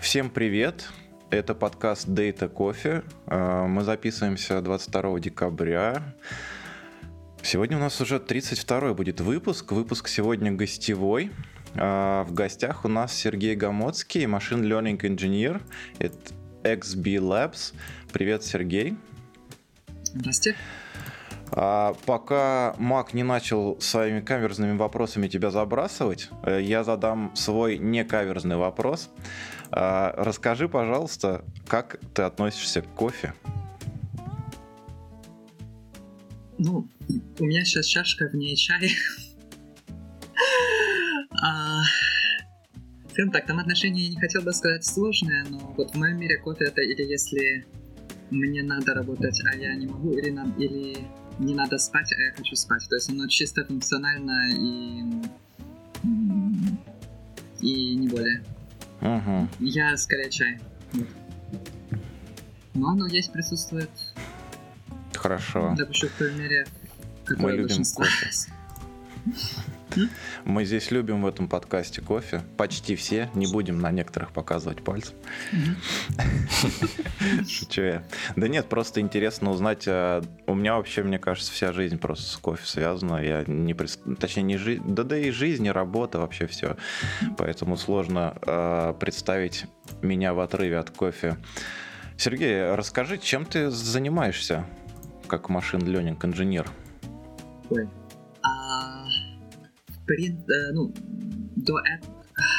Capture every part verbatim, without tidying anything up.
Всем привет! Это подкаст Data Coffee. Мы записываемся двадцать второго декабря. Сегодня у нас уже тридцать второй будет выпуск. Выпуск сегодня гостевой. В гостях у нас Сергей Гомоцкий, Machine Learning Engineer от икс би Labs. Привет, Сергей. Здравствуйте. А пока Мак не начал своими каверзными вопросами тебя забрасывать, я задам свой некаверзный вопрос. А, расскажи, пожалуйста, как ты относишься к кофе? Ну, у меня сейчас чашка, в ней чай. а, скажем так, там отношения, я не хотел бы сказать сложные, но вот в моем мире кофе это или если мне надо работать, а я не могу, или, на, или не надо спать, а я хочу спать. То есть оно чисто функционально и, и не более. Угу. Я скорее чай. Вот. Но оно есть, присутствует. Хорошо. Допущу в той мере, в Мы любим кофе. Мы здесь любим в этом подкасте кофе. Почти все. Не будем на некоторых показывать пальцем. Шучу я. Да нет, просто интересно узнать. У меня вообще, мне кажется, вся жизнь просто с кофе связана. Я не Точнее, не жизнь. Да да и жизнь, и работа, вообще все. Поэтому сложно представить меня в отрыве от кофе. Сергей, расскажи, чем ты занимаешься как Machine Learning Engineer? Ой. А... Прин... Ну, до этого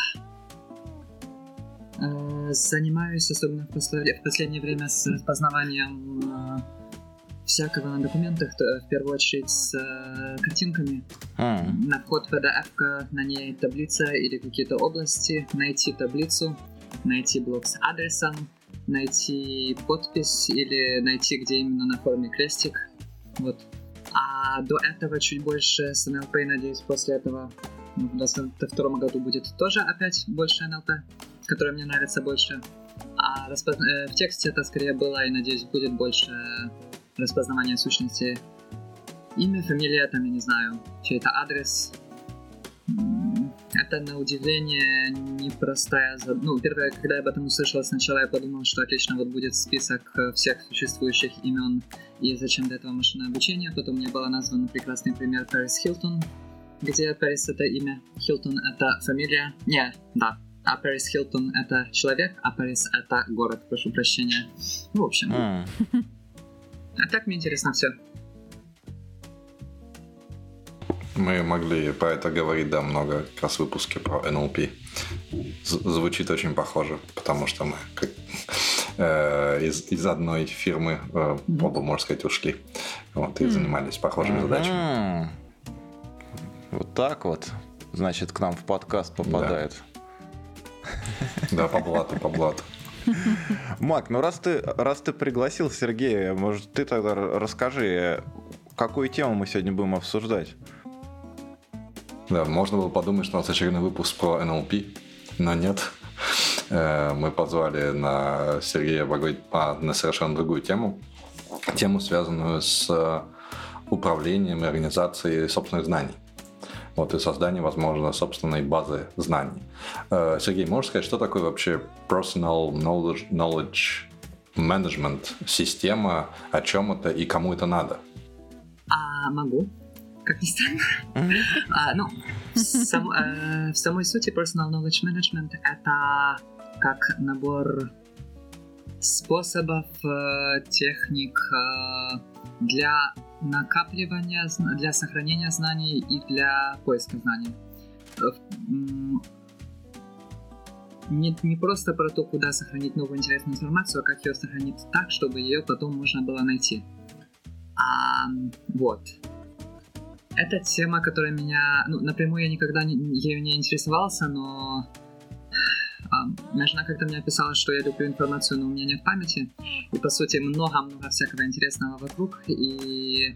занимаюсь, особенно в последнее время, с распознаванием всякого на документах, в первую очередь с картинками. Mm. На вход пи ди эф-ка, на ней таблица или какие-то области, найти таблицу, найти блок с адресом, найти подпись или найти, где именно на форме крестик. Вот. А до этого чуть больше с эн эл пи, надеюсь, после этого в двадцать втором году будет тоже опять больше эн эл пи, которое мне нравится больше. А распозна... в тексте это скорее было, и, надеюсь, будет больше распознавания сущности. Имя, фамилия, там, я не знаю, чей-то адрес. Это, на удивление, непростая задача. Ну, первое, когда я об этом услышал, сначала я подумал, что отлично, вот будет список всех существующих имен и зачем для этого машинное обучение. Потом мне был назван прекрасный пример Пэрис Хилтон, где Пэрис — это имя, Хилтон — это фамилия. Не, да. А Пэрис Хилтон — это человек, а Пэрис — это город, прошу прощения. Ну, в общем. Mm. А так мне интересно все. Мы могли про это говорить, да, много как раз в выпуске про эн эл пи. Звучит очень похоже, потому что мы как, э, из, из одной фирмы э, оба, можно сказать, ушли. Вот, и занимались похожими mm-hmm. задачами. Вот так вот, значит, к нам в подкаст попадает. Да, да, по блату, по блату. Мак, ну раз ты, раз ты пригласил Сергея, может, ты тогда расскажи, какую тему мы сегодня будем обсуждать? Да, можно было подумать, что у нас очередной выпуск про эн эл пи, но нет. Мы позвали на Сергея поговорить на совершенно другую тему. Тему, связанную с управлением и организацией собственных знаний. Вот, и создание, возможно, собственной базы знаний. Сергей, можешь сказать, что такое вообще personal knowledge, knowledge management система, о чем это и кому это надо? А, могу. Как ни странно. Mm-hmm. а, ну, в, сам, э, в самой сути personal knowledge management — это как набор способов, э, техник э, для накапливания, для сохранения знаний и для поиска знаний. Не, не просто про то, куда сохранить новую интересную информацию, а как ее сохранить так, чтобы ее потом можно было найти. А, вот. Это тема, которая меня... Ну, напрямую я никогда не, ею не интересовался, но... А, моя жена как-то мне описала, что я люблю информацию, но у меня нет памяти. И, по сути, много-много всякого интересного вокруг. И...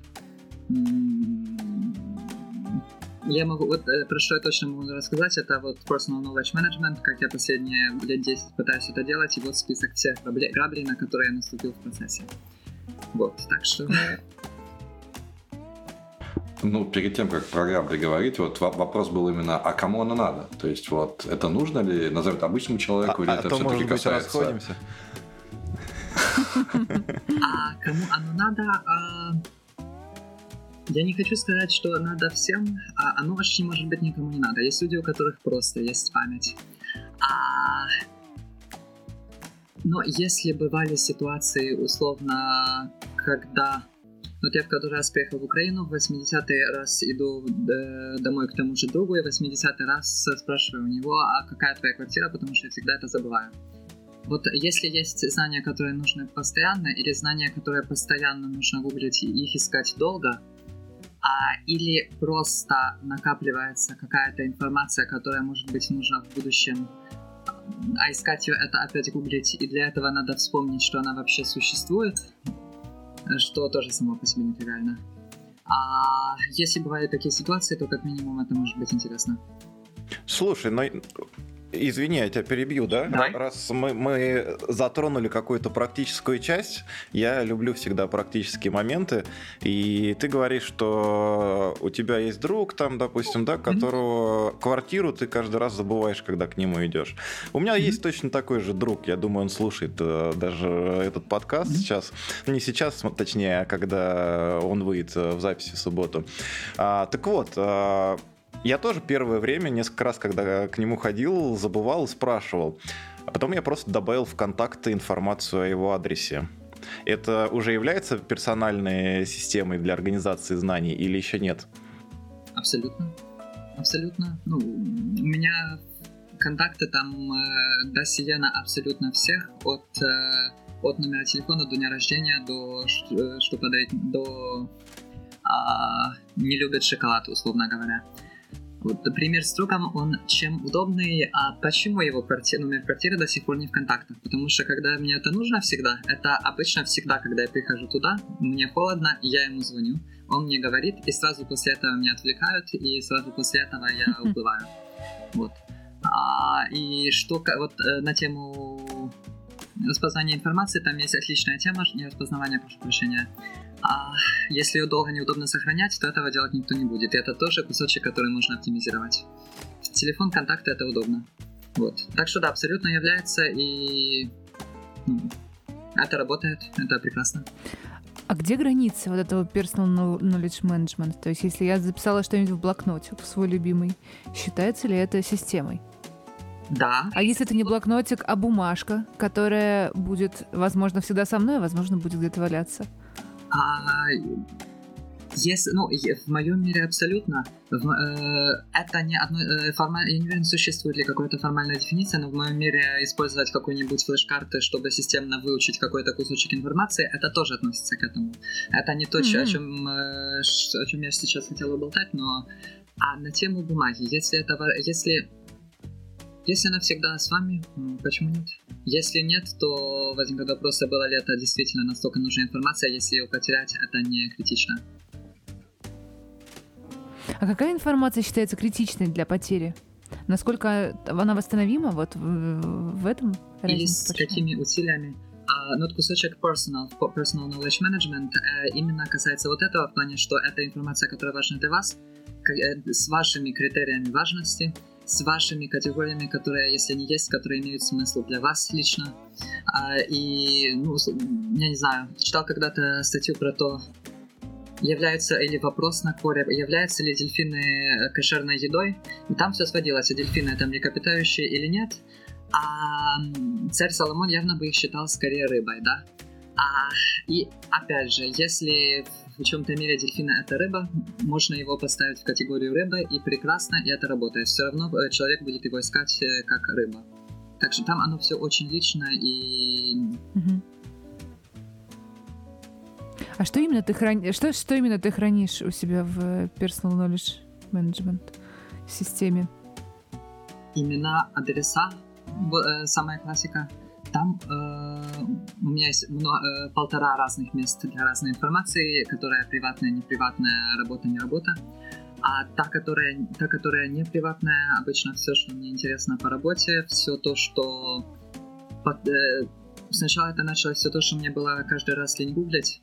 М- я могу... Вот про что я точно могу рассказать, это вот personal knowledge management, как я последние лет десять пытаюсь это делать, и вот список всех граблей, на которые я наступил в процессе. Вот, так что... Ну, перед тем, как про грабли говорить, вот вопрос был именно, а кому оно надо? То есть, вот это нужно ли, назовем это обычному человеку, а, или а это то, все-таки может быть, касается... расходимся. А кому оно надо? Я не хочу сказать, что надо всем, а оно вообще, может быть, никому не надо. Есть люди, у которых просто есть память. А... Но если бывали ситуации, условно, когда... Вот я в который раз приехал в Украину, в восьмидесятый раз иду э, домой к тому же другу, и в восьмидесятый раз спрашиваю у него, а какая твоя квартира, потому что я всегда это забываю. Вот если есть знания, которые нужны постоянно, или знания, которые постоянно нужно гуглить и их искать долго, а, или просто накапливается какая-то информация, которая, может быть, нужна в будущем, а искать ее это опять гуглить, и для этого надо вспомнить, что она вообще существует, что тоже само по себе нетривиально. А если бывают такие ситуации, то как минимум это может быть интересно. Слушай, ну... Извини, я тебя перебью, да? Давай. Раз мы, мы затронули какую-то практическую часть, я люблю всегда практические моменты, и ты говоришь, что у тебя есть друг, там, допустим, да, которого mm-hmm. квартиру ты каждый раз забываешь, когда к нему идешь. У меня mm-hmm. есть точно такой же друг, я думаю, он слушает э, даже этот подкаст mm-hmm. сейчас, не сейчас, точнее, когда он выйдет в записи в субботу. А, так вот, а, я тоже первое время, несколько раз, когда к нему ходил, забывал и спрашивал. А потом я просто добавил в контакты информацию о его адресе. Это уже является персональной системой для организации знаний или еще нет? Абсолютно. Абсолютно. Ну, у меня контакты там э, досье на абсолютно всех, от, э, от номера телефона до дня рождения, до что подарить, до э, не любит шоколад, условно говоря. Вот пример с другом, он чем удобный, а почему его квартира, номер квартиры до сих пор не в контактах? Потому что когда мне это нужно всегда, это обычно всегда, когда я прихожу туда, мне холодно, я ему звоню, он мне говорит, и сразу после этого меня отвлекают, и сразу после этого я уплываю. Вот. А, и что вот на тему распознания информации, там есть отличная тема, не распознавание, прошу прощения. А если ее долго неудобно сохранять, то этого делать никто не будет. И это тоже кусочек, который можно оптимизировать. Телефон, контакты — это удобно. Вот. Так что да, абсолютно является, и ну, это работает, это прекрасно. А где граница вот этого personal knowledge management? То есть если я записала что-нибудь в блокнотик, в свой любимый, считается ли это системой? Да. А если это не блокнотик, а бумажка, которая будет, возможно, всегда со мной, а возможно, будет где-то валяться? А, если, ну, в моем мире абсолютно. В, э, это не одно э, формально, я не уверен, существует ли какая-то формальная дефиниция, но в моем мире использовать какой-нибудь флеш-карты, чтобы системно выучить какой-то кусочек информации, это тоже относится к этому. Это не то, mm-hmm. о, чем, э, о чем я сейчас хотела болтать, но а на тему бумаги, если это, если Если она всегда с вами, ну, почему нет? Если нет, то возникает вопрос, была ли это действительно настолько нужная информация, если ее потерять, это не критично. А какая информация считается критичной для потери? Насколько она восстановима вот в, в этом? Или с какими усилиями? А, ну, вот кусочек personal, personal knowledge management э, именно касается вот этого, в плане, что это информация, которая важна для вас, к, с вашими критериями важности, с вашими категориями, которые, если они есть, которые имеют смысл для вас лично. А, и, ну, я не знаю, читал когда-то статью про то, являются, или вопрос на коре, являются ли дельфины кошерной едой, и там все сводилось, а дельфины это млекопитающие или нет, а царь Соломон явно бы их считал скорее рыбой, да? А, и опять же, если в чем-то мире дельфина это рыба, можно его поставить в категорию рыбы, и прекрасно, и это работает. Все равно человек будет его искать как рыба. Так что там оно все очень лично и... Угу. А что именно ты хранишь? Что, что именно ты хранишь у себя в Personal Knowledge Management системе? Имена, адреса, самая классика. Там э, у меня есть много, э, полтора разных мест для разной информации, которая приватная, неприватная, работа, не работа. А та, которая, та, которая не приватная, обычно все, что мне интересно по работе, все то, что... Под, э, сначала это началось все то, что мне было каждый раз лень гуглить.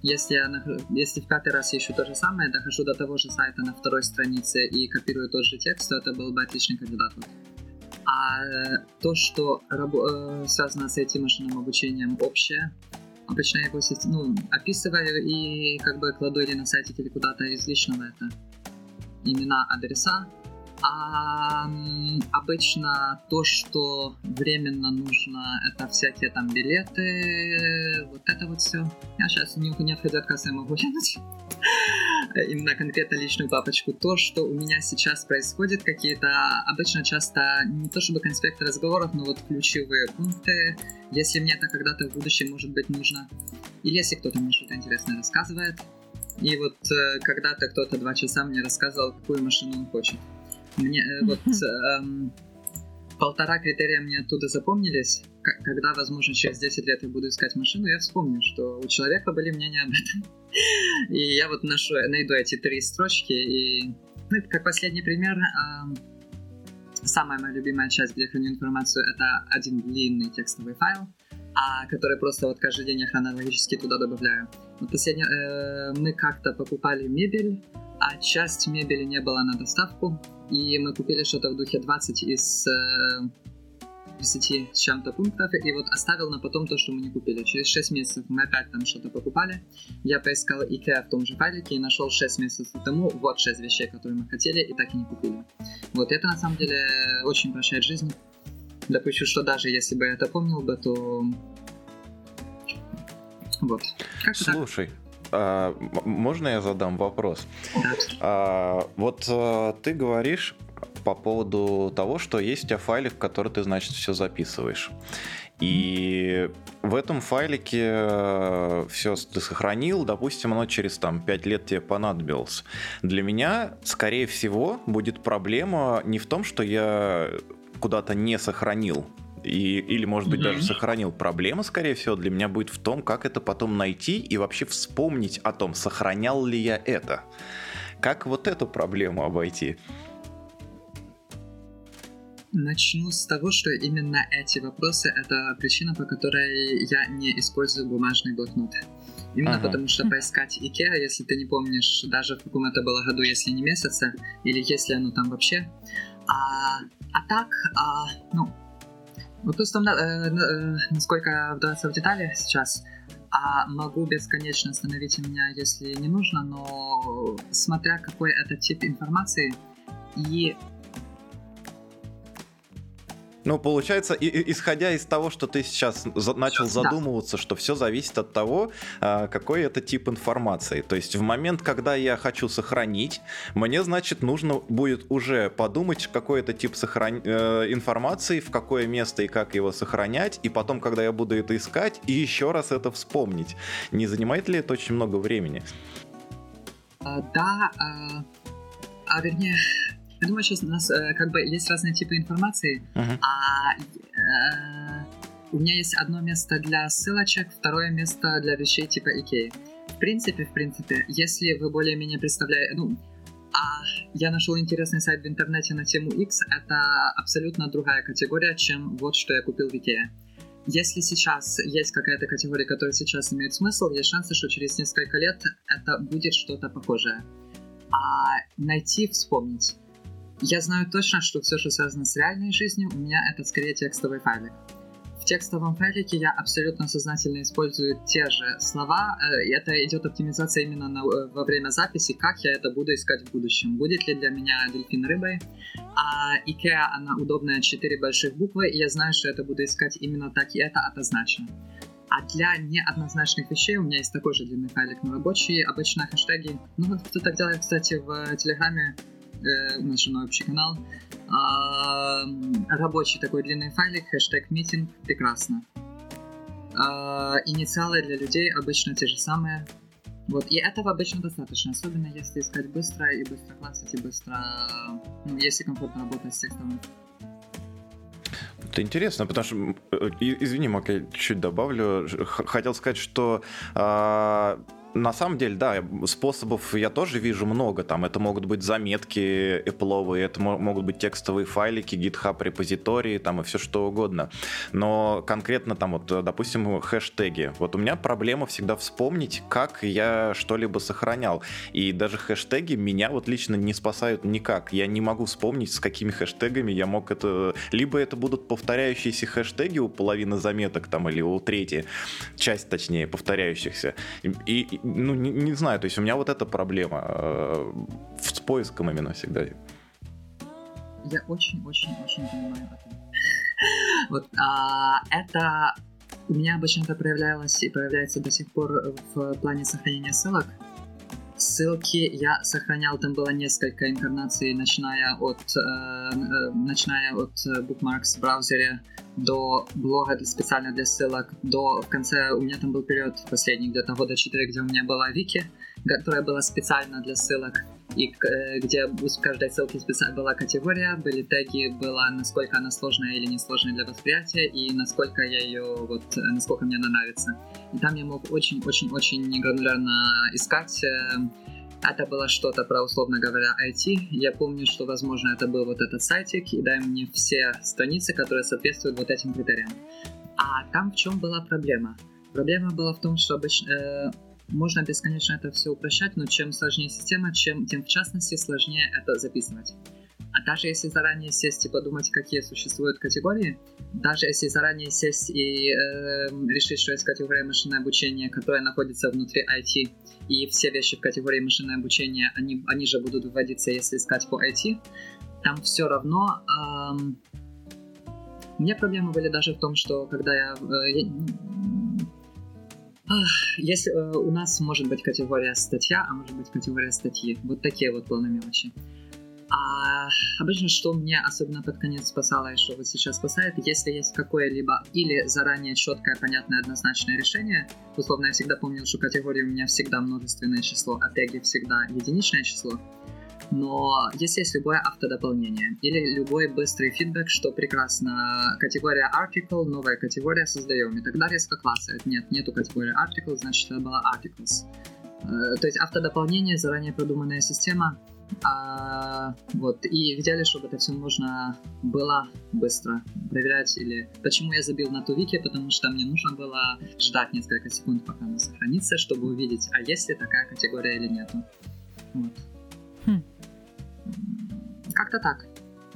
Если я если в пятый раз ищу то же самое, дохожу до того же сайта на второй странице и копирую тот же текст, то это был бы отличный кандидат. А то, что рабо- связано с этим машинным обучением общее, обычно я его ну, описываю и как бы кладу или на сайте, или куда-то из личного, это имена, адреса. А обычно то, что временно нужно, это всякие там билеты, вот это вот все. Я сейчас не, не отходя от кассы, я могу глянуть именно конкретно личную папочку. То, что у меня сейчас происходит, какие-то обычно часто не то чтобы конспекты разговоров, но вот ключевые пункты, если мне это когда-то в будущем может быть нужно, или если кто-то мне что-то интересное рассказывает. И вот э, когда-то кто-то два часа мне рассказывал, какую машину он хочет. Мне э, вот эм, полтора критерия мне оттуда запомнились. К- когда, возможно, через десять лет я буду искать машину, я вспомню, что у человека были мнения об этом. И я вот нашу, найду эти три строчки. И, ну, как последний пример, эм, самая моя любимая часть, где я храню информацию, это один длинный текстовый файл, а который просто вот каждый день я хронологически туда добавляю. Вот последнее, э, мы как-то покупали мебель, а часть мебели не было на доставку, и мы купили что-то в духе двадцать из э, десяти с чем-то пунктов, и вот оставил на потом то, что мы не купили. Через шесть месяцев мы опять там что-то покупали, я поискал IKEA в том же файлике и нашел шесть месяцев тому вот шесть вещей, которые мы хотели, и так и не купили. Вот это на самом деле очень упрощает жизнь. Допущу, что даже если бы я это помнил бы, то... Вот. Как Слушай, а, можно я задам вопрос? Да. А, вот а, ты говоришь по поводу того, что есть у тебя файлик, в который ты, значит, все записываешь. И в этом файлике все ты сохранил, допустим, оно через там, пять лет тебе понадобилось. Для меня, скорее всего, будет проблема не в том, что я куда-то не сохранил, и, или, может быть, mm-hmm. даже сохранил. Проблема, скорее всего, для меня будет в том, как это потом найти и вообще вспомнить о том, сохранял ли я это. Как вот эту проблему обойти? Начну с того, что именно эти вопросы — это причина, по которой я не использую бумажный блокнот. Именно ага. потому что поискать IKEA, если ты не помнишь, даже в каком это было году, если не месяца, или если оно там вообще. А, а так, а, ну, вопрос в том, э, э, насколько вдаваться в детали сейчас. А могу бесконечно остановить меня, если не нужно, но смотря какой это тип информации и... Ну, получается, и, и, исходя из того, что ты сейчас за, начал задумываться, да. что все зависит от того, а, какой это тип информации. То есть в момент, когда я хочу сохранить, мне, значит, нужно будет уже подумать, какой это тип сохран... э, информации, в какое место и как его сохранять, и потом, когда я буду это искать, и еще раз это вспомнить. Не занимает ли это очень много времени? А, да, а, а вернее... Я думаю, сейчас у нас э, как бы есть разные типы информации, uh-huh. а э, у меня есть одно место для ссылочек, второе место для вещей типа IKEA. В принципе, в принципе, если вы более-менее представляете... Ну, а я нашел интересный сайт в интернете на тему X, это абсолютно другая категория, чем вот что я купил в IKEA. Если сейчас есть какая-то категория, которая сейчас имеет смысл, есть шансы, что через несколько лет это будет что-то похожее. А найти, вспомнить. Я знаю точно, что все, что связано с реальной жизнью, у меня это скорее текстовый файлик. В текстовом файлике я абсолютно сознательно использую те же слова, и это идет оптимизация именно на, во время записи, как я это буду искать в будущем. Будет ли для меня дельфин рыбой? А IKEA, она удобная, четыре больших буквы, и я знаю, что это буду искать именно так, и это однозначно. А для неоднозначных вещей у меня есть такой же длинный файлик, но рабочий, обычно хэштеги. Ну вот кто так делает, кстати, в Телеграме. У нас же общий канал. А, рабочий такой длинный файлик, хэштег митинг, прекрасно. А, инициалы для людей обычно те же самые. Вот, и этого обычно достаточно, особенно если искать быстро и быстро классить, и быстро, ну, если комфортно работать с текстом. Это интересно, потому что, извини, Мак, я чуть добавлю. Хотел сказать, что а, на самом деле, да, способов я тоже вижу много. Там это могут быть заметки Apple'овые, это могут быть текстовые файлики, GitHub репозитории, там и все что угодно. Но конкретно там вот, допустим, хэштеги. Вот у меня проблема всегда вспомнить, как я что-либо сохранял. И даже хэштеги меня вот лично не спасают никак. Я не могу вспомнить, с какими хэштегами я мог это... Либо это будут повторяющиеся хэштеги у половины заметок там, или у трети, часть, точнее, повторяющихся. И, ну, не, не знаю, то есть у меня вот эта проблема э, с поиском именно всегда. Я очень-очень-очень понимаю это. Вот, а, это у меня обычно это проявлялось и проявляется до сих пор в плане сохранения ссылок. Ссылки я сохранял, там было несколько инкарнаций, начиная от, э, э, начиная от bookmarks в браузере до блога для, специально для ссылок, до в конце у меня там был период последний, где-то года четыре, где у меня была вики, которая была специально для ссылок, и э, где в каждой ссылке специально была категория, были теги, была насколько она сложная или несложная для восприятия, и насколько я ее, вот, насколько мне она нравится. И там я мог очень-очень-очень гранулярно искать. Это было что-то про, условно говоря, ай ти. Я помню, что, возможно, это был вот этот сайтик, и дай мне все страницы, которые соответствуют вот этим критериям. А там в чем была проблема? Проблема была в том, что обычно... Э, можно бесконечно это все упрощать, но чем сложнее система, чем, тем в частности сложнее это записывать. А даже если заранее сесть и подумать, какие существуют категории, даже если заранее сесть и э, решить, что есть категория машинное обучение, которая находится внутри ай ти, и все вещи в категории машинное обучение, они, они же будут выводиться, если искать по ай ти, там все равно... Эм, у меня проблемы были даже в том, что когда я... Э, я Если э, у нас может быть категория статья, а может быть категория статьи. Вот такие вот планы мелочи. А обычно, что мне особенно под конец спасало и что вот сейчас спасает, если есть какое-либо или заранее четкое, понятное, однозначное решение. Условно, я всегда помнил, что категории у меня всегда множественное число, а теги всегда единичное число. Но если есть любое автодополнение или любой быстрый фидбэк, что прекрасно, категория article, новая категория создаем, и тогда резко классает. Нет, нету категории article, значит это была articles. Э, то есть автодополнение, заранее продуманная система. А, вот, и в идеале, чтобы это все можно было быстро проверять. Или почему я забил на ту вики, потому что мне нужно было ждать несколько секунд, пока она сохранится, чтобы увидеть, а есть ли такая категория или нету. Вот. Хм. Как-то так.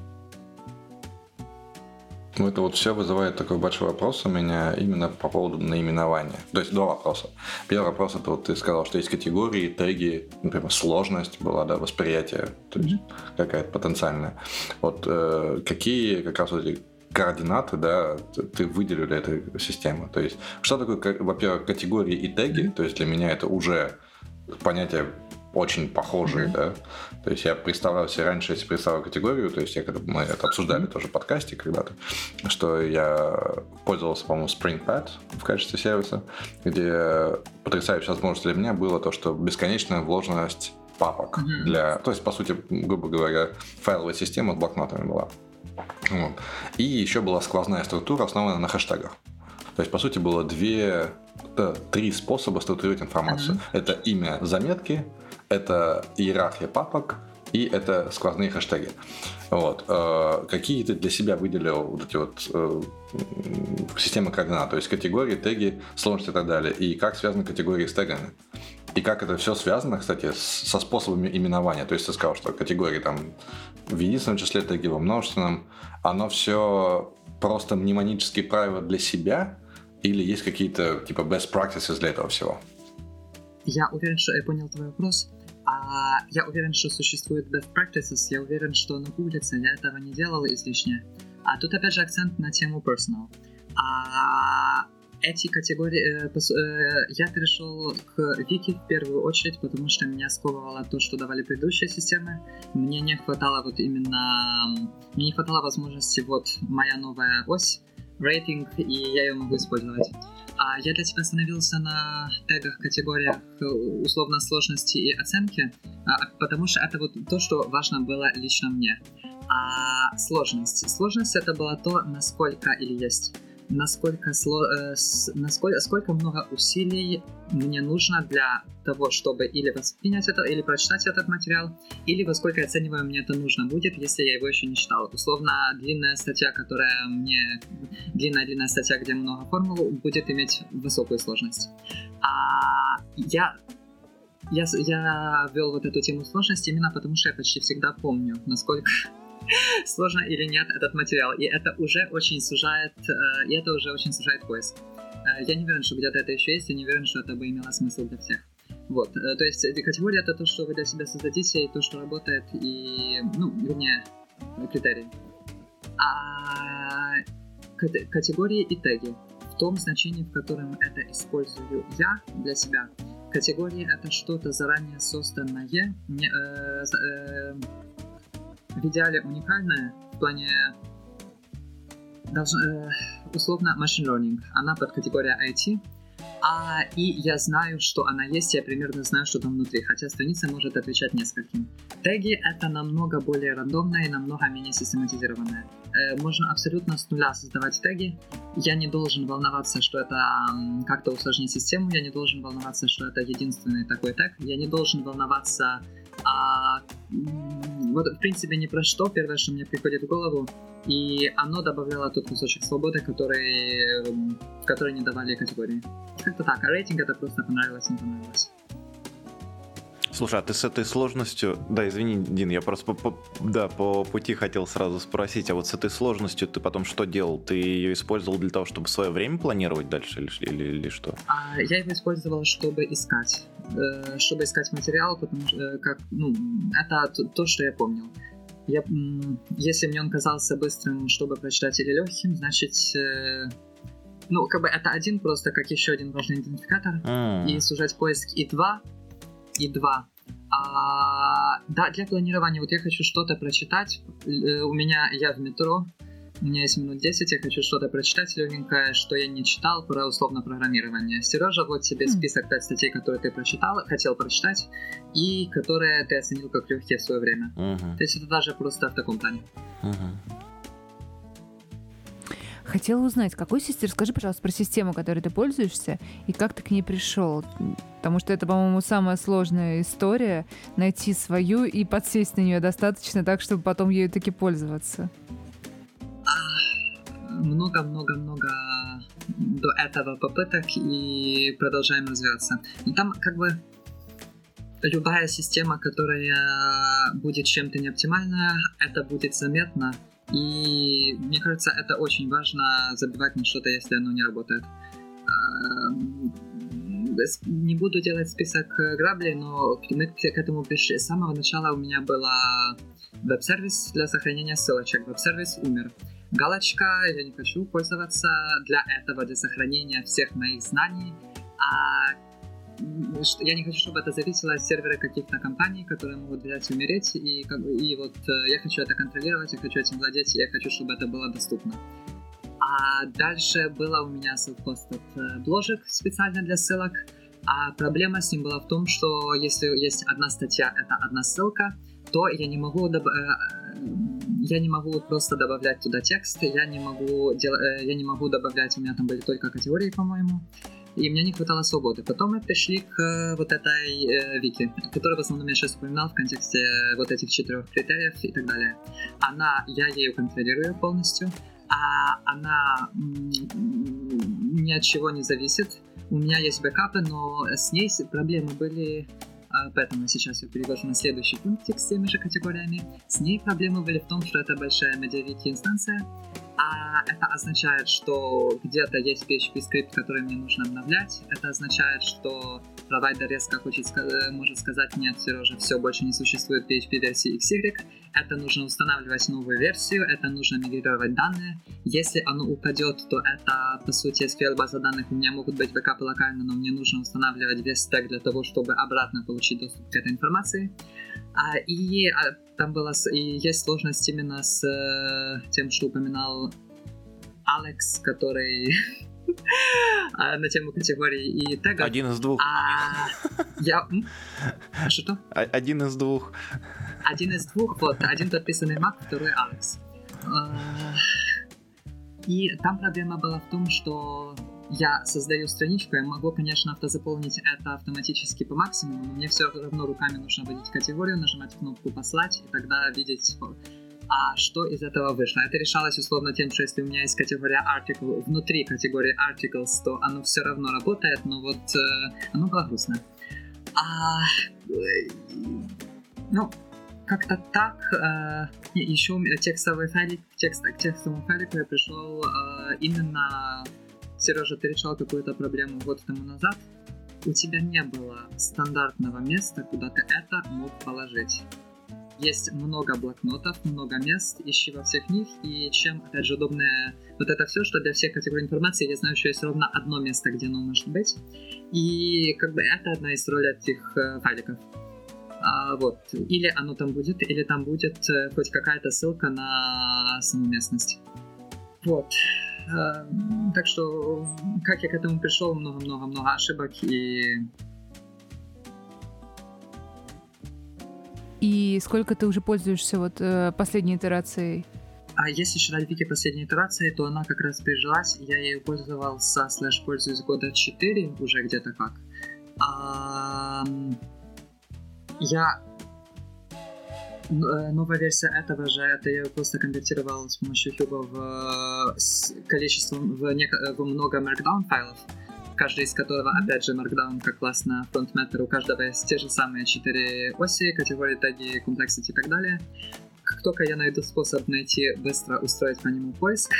Ну, это вот все вызывает такой большой вопрос у меня именно по поводу наименования. То есть два вопроса. Первый вопрос, это вот ты сказал, что есть категории, теги, например, сложность была, да, восприятие, то есть mm-hmm. какая-то потенциальная. Вот э, какие как раз вот эти координаты, да, ты выделил для этой системы? То есть что такое, во-первых, категории и теги? Mm-hmm. То есть для меня это уже понятие очень похожие, mm-hmm. да. То есть я представлял себе раньше, если представил категорию, то есть я, когда мы это обсуждали mm-hmm. тоже в подкасте когда-то, что я пользовался, по-моему, SpringPad в качестве сервиса, где потрясающая возможность для меня было то, что бесконечная вложенность папок mm-hmm. для... То есть, по сути, грубо говоря, файловая система с блокнотами была. Вот. И еще была сквозная структура, основанная на хэштегах. То есть, по сути, было две... три способа структурировать информацию. Mm-hmm. Это имя заметки, это иерархия папок и это сквозные хэштеги. Вот. Какие ты для себя выделил вот эти вот э, системы координат, то есть категории, теги, сложности и так далее, и как связаны категории с тегами? И как это все связано, кстати, со способами именования. То есть ты сказал, что категории там в единственном числе, теги во множественном, оно все просто мнемонические правила для себя, или есть какие-то типа best practices для этого всего? Я уверен, что я понял твой вопрос. А я уверен, что существует best practices. Я уверен, что на улице я этого не делал излишне. А тут опять же акцент на тему personal. А эти категории... Э, пос, э, я перешел к вики в первую очередь, потому что меня сковывало то, что давали предыдущие системы. Мне не хватало вот именно... Мне не хватало возможности вот моя новая ось, рейтинг, и я ее могу использовать. А я для тебя остановился на тегах, категориях условно сложности и оценки, потому что это вот то, что важно было лично мне. А сложность. Сложность это было то, насколько или есть насколько, сло, э, с, насколько сколько много усилий мне нужно для того, чтобы или воспринять это, или прочитать этот материал, или во сколько я оцениваю, мне это нужно будет, если я его еще не читал. Условно, длинная статья, которая мне... Длинная-длинная статья, где много формул, будет иметь высокую сложность. А я... Я, я ввел вот эту тему сложности именно потому, что я почти всегда помню, насколько сложно или нет этот материал. И это уже очень сужает, и это уже очень сужает поиск. Я не уверен, что где-то это еще есть, я не уверен, что это бы имело смысл для всех. Вот, то есть категория — это то, что вы для себя создадите, и то, что работает, и, ну, вернее, критерии. А категории и теги в том значении, в котором это использую я для себя. Категории — это что-то заранее созданное, не, э, э, в идеале уникальное, в плане, должно, э, условно, machine learning. Она под категорией ай ти, а, и я знаю, что она есть, я примерно знаю, что там внутри, хотя страница может отвечать нескольким. Теги — это намного более рандомное и намного менее систематизированное. Э, можно абсолютно с нуля создавать теги. Я не должен волноваться, что это как-то усложнит систему, я не должен волноваться, что это единственный такой тег, я не должен волноваться, а, вот в принципе ни про что. Первое, что мне приходит в голову, и оно добавляло тот кусочек свободы, который, который не давали категории. Как-то так, а рейтинг — это просто понравилось, не понравилось. Слушай, а ты с этой сложностью... Да, извини, Дин, я просто по, по, да, по пути хотел сразу спросить, а вот с этой сложностью ты потом что делал? Ты ее использовал для того, чтобы свое время планировать дальше или, или, или что? А, я его использовал, чтобы искать. Э, чтобы искать материал, потому что, э, как, ну, это то, то, что я помнил. Я, м- если мне он казался быстрым, чтобы прочитать, или легким, значит... Э, ну, как бы это один просто, как еще один важный идентификатор. Mm. И сужать поиск и два... и два. А, да, для планирования, вот я хочу что-то прочитать, у меня, я в метро, у меня есть минут десять, я хочу что-то прочитать легенькое, что я не читал, про условно программирование. Сережа, вот тебе список пять статей, которые ты прочитал, хотел прочитать, и которые ты оценил как легкие в свое время. Uh-huh. То есть это даже просто в таком плане. Uh-huh. Хотела узнать, какой систем... Расскажи, пожалуйста, про систему, которой ты пользуешься, и как ты к ней пришел. Потому что это, по-моему, самая сложная история — найти свою и подсесть на нее достаточно так, чтобы потом ею таки пользоваться. Много-много-много до этого попыток, и продолжаем развиваться. Но там как бы любая система, которая будет чем-то неоптимальна, это будет заметно. И мне кажется, это очень важно забивать на что-то, если оно не работает. Не буду делать список граблей, но мы к этому пришли. С самого начала у меня была веб-сервис для сохранения ссылочек. Веб-сервис умер. Галочка, я не хочу пользоваться для этого, для сохранения всех моих знаний. А я не хочу, чтобы это зависело от сервера каких-то компаний, которые могут взять и умереть, и, и вот я хочу это контролировать, я хочу этим владеть, и я хочу, чтобы это было доступно. А дальше было у меня self-hosted бложек специально для ссылок, а проблема с ним была в том, что если есть одна статья, это одна ссылка, то я не могу доб... я не могу просто добавлять туда текст, я не могу дел... я не могу добавлять, у меня там были только категории, по-моему, и мне не хватало свободы. Потом мы пришли к вот этой э, вики, которую в основном я сейчас упоминал в контексте вот этих четырех критериев и так далее. Она, я ею контролирую полностью, а она м- ни от чего не зависит. У меня есть бэкапы, но с ней проблемы были, э, поэтому сейчас я перевожу на следующий пунктик с теми же категориями. С ней проблемы были в том, что это большая медиавики инстанция, а это означает, что где-то есть пи эйч пи скрипт, который мне нужно обновлять. Это означает, что провайдер резко хочет, может сказать: нет, Сережа, все, больше не существует пи эйч пи версии икс игрек. Это нужно устанавливать новую версию, это нужно мигрировать данные. Если оно упадет, то это, по сути, эс кью эль-база данных. У меня могут быть бэкапы локально, но мне нужно устанавливать весь стек для того, чтобы обратно получить доступ к этой информации. А, и а, там была, и есть сложность именно с э, тем, что упоминал Алекс, который на тему категории и тегов. Один из двух. А, я... Что-то? Один из двух. Один из двух, вот. Один подписанный Мак, второй Алекс. И там проблема была в том, что я создаю страничку, я могу, конечно, автозаполнить это автоматически по максимуму, но мне все равно руками нужно вводить категорию, нажимать кнопку «Послать» и тогда видеть, а что из этого вышло. Это решалось условно тем, что если у меня есть категория article, внутри категории articles, то оно все равно работает, но вот э, оно было грустно. А, э, ну, как-то так. Э, еще текстовый файлик, текст, к текстовому файлику я пришел э, именно... Сережа, ты решал какую-то проблему год тому назад. У тебя не было стандартного места, куда ты это мог положить. Есть много блокнотов, много мест, ищи во всех них, и чем, опять же, удобное вот это все, что для всех категорий информации я знаю, что есть ровно одно место, где оно может быть. И как бы это одна из ролей этих э, файликов. А, вот. Или оно там будет, или там будет э, хоть какая-то ссылка на саму местность. Вот. Так что, как я к этому пришел, много-много-много ошибок и... И сколько ты уже пользуешься вот последней итерацией? А если считать Вики последней итерацией, то она как раз прижилась, я ею пользовался, слэш пользуюсь года четыре, уже где-то как. А... Я... Новая версия этого же, это я просто конвертировал с помощью Hugo в с количеством, в, нек- в много Markdown файлов, каждый из которого, опять же, Markdown, как классно фронтметр, у каждого есть те же самые четыре оси, категории, теги, complexity и так далее. Как только я найду способ найти, быстро устроить по нему поиск.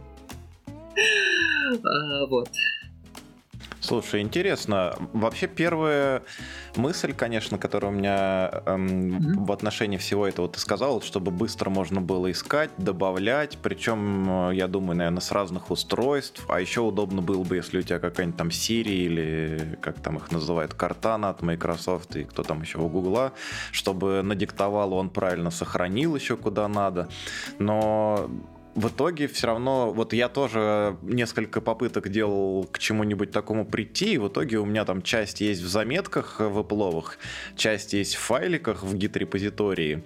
Вот. Слушай, интересно. Вообще первая мысль, конечно, которая у меня эм, mm-hmm. в отношении всего этого ты сказал, чтобы быстро можно было искать, добавлять, причем, я думаю, наверное, с разных устройств, а еще удобно было бы, если у тебя какая-нибудь там Siri или, как там их называют, Cortana от Microsoft и кто там еще у Гугла, чтобы надиктовал, он правильно сохранил еще куда надо, но... В итоге все равно, вот я тоже несколько попыток делал к чему-нибудь такому прийти, и в итоге у меня там часть есть в заметках в Apple'овых, часть есть в файликах в гит-репозитории.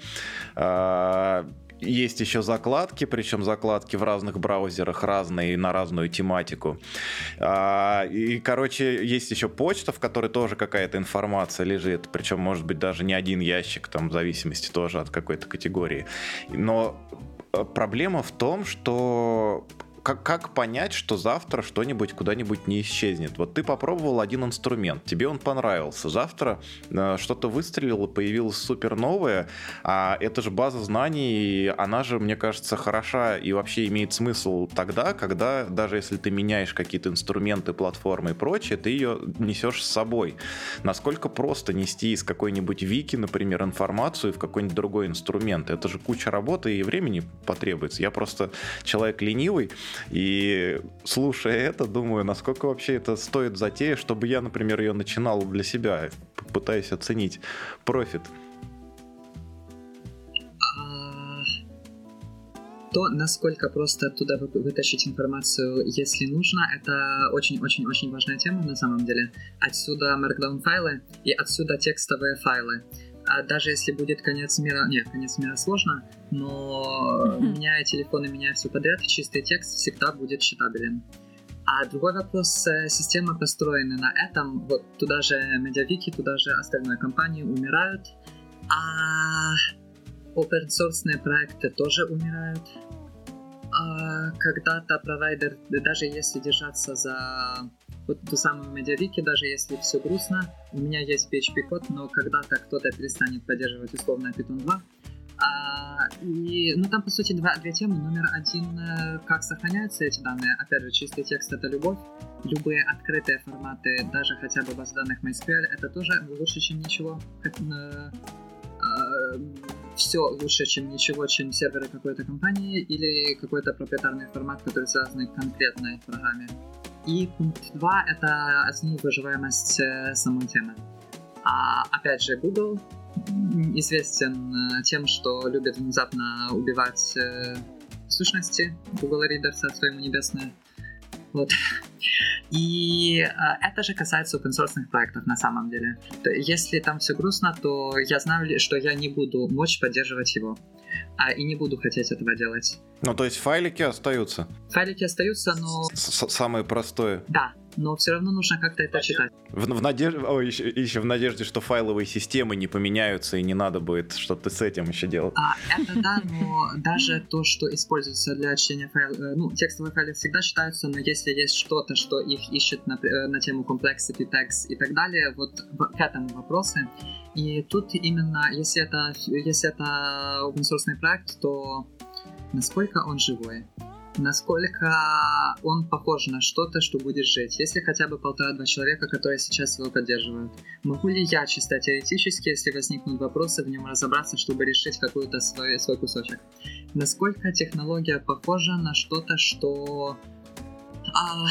Есть еще закладки, причем закладки в разных браузерах разные, на разную тематику. И, короче, есть еще почта, в которой тоже какая-то информация лежит, причем, может быть, даже не один ящик, там, в зависимости тоже от какой-то категории. Но проблема в том, что как, как понять, что завтра что-нибудь куда-нибудь не исчезнет? Вот ты попробовал один инструмент, тебе он понравился, завтра э, что-то выстрелило, появилось супер новое, а это же база знаний, она же, мне кажется, хороша и вообще имеет смысл тогда, когда даже если ты меняешь какие-то инструменты, платформы и прочее, ты ее несешь с собой. Насколько просто нести из какой-нибудь вики, например, информацию в какой-нибудь другой инструмент? Это же куча работы и времени потребуется. Я просто человек ленивый, и слушая это, думаю, насколько вообще это стоит затея, чтобы я, например, ее начинал для себя, пытаясь оценить профит. То, насколько просто оттуда вытащить информацию, если нужно, это очень-очень-очень важная тема на самом деле. Отсюда Markdown файлы и отсюда текстовые файлы. А даже если будет конец мира... Нет, конец мира сложно, но mm-hmm. меняя телефон и меняя все подряд, чистый текст всегда будет читабелен. А другой вопрос, системы построены на этом. Вот туда же медиавики, туда же остальные компании умирают. А open-source проекты тоже умирают. А когда-то провайдер, даже если держаться за... Вот ту самую медиавики, даже если все грустно, у меня есть пи эйч пи-код, но когда-то кто-то перестанет поддерживать условно Python два. А, и, ну там по сути два, две темы. Номер один, как сохраняются эти данные. Опять же, чистый текст — это любовь. Любые открытые форматы, даже хотя бы баз данных MySQL, это тоже лучше, чем ничего. Как, э, э, все лучше, чем ничего, чем серверы какой-то компании или какой-то проприетарный формат, который связан к конкретной программе. И пункт два — это оценить выживаемость э, самой темы. А, опять же, Google известен э, тем, что любит внезапно убивать э, сущности. Google Reader, царство ему небесное. Вот. И э, это же касается open-source проектов на самом деле. То, если там все грустно, то я знаю, что я не буду мочь поддерживать его. А, и не буду хотеть этого делать. Ну, то есть файлики остаются? Файлики остаются, но... С- самое простое. Да, но все равно нужно как-то это читать. В, в надежде... Ой, еще, еще в надежде, что файловые системы не поменяются и не надо будет что-то с этим еще делать. А, это да, но даже то, что используется для чтения файлов... Ну, текстовые файлы всегда читаются, но если есть что-то, что их ищет на, на тему complexity, text и так далее, вот к этому вопросы. И тут именно, если это, если это open-source проект, то насколько он живой, насколько он похож на что-то, что будет жить. Если хотя бы полтора-два человека, которые сейчас его поддерживают. Могу ли я чисто теоретически, если возникнут вопросы, в нем разобраться, чтобы решить какой-то свой, свой кусочек? Насколько технология похожа на что-то, что... А...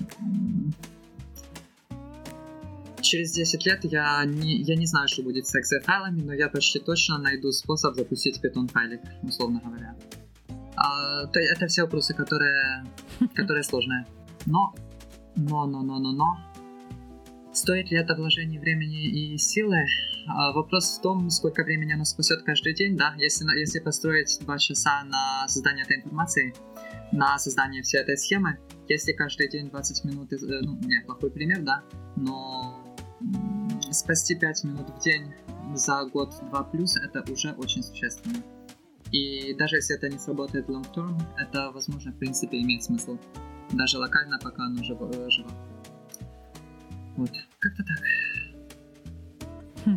Через десять лет я не, я не знаю, что будет с экзе-файлами, но я почти точно найду способ запустить Python-файлик, условно говоря. А, то это все вопросы, которые, которые сложные. Но, но, но, но, но, но. Стоит ли это вложение времени и силы? А, вопрос в том, сколько времени оно спасет каждый день, да? Если, если построить два часа на создание этой информации, на создание всей этой схемы, если каждый день двадцать минут, ну, не, плохой пример, да, но спасти пять минут в день за год-два плюс, это уже очень существенно. И даже если это не сработает long term, это, возможно, в принципе, имеет смысл. Даже локально, пока оно живо. живо. Вот, как-то так. Хм.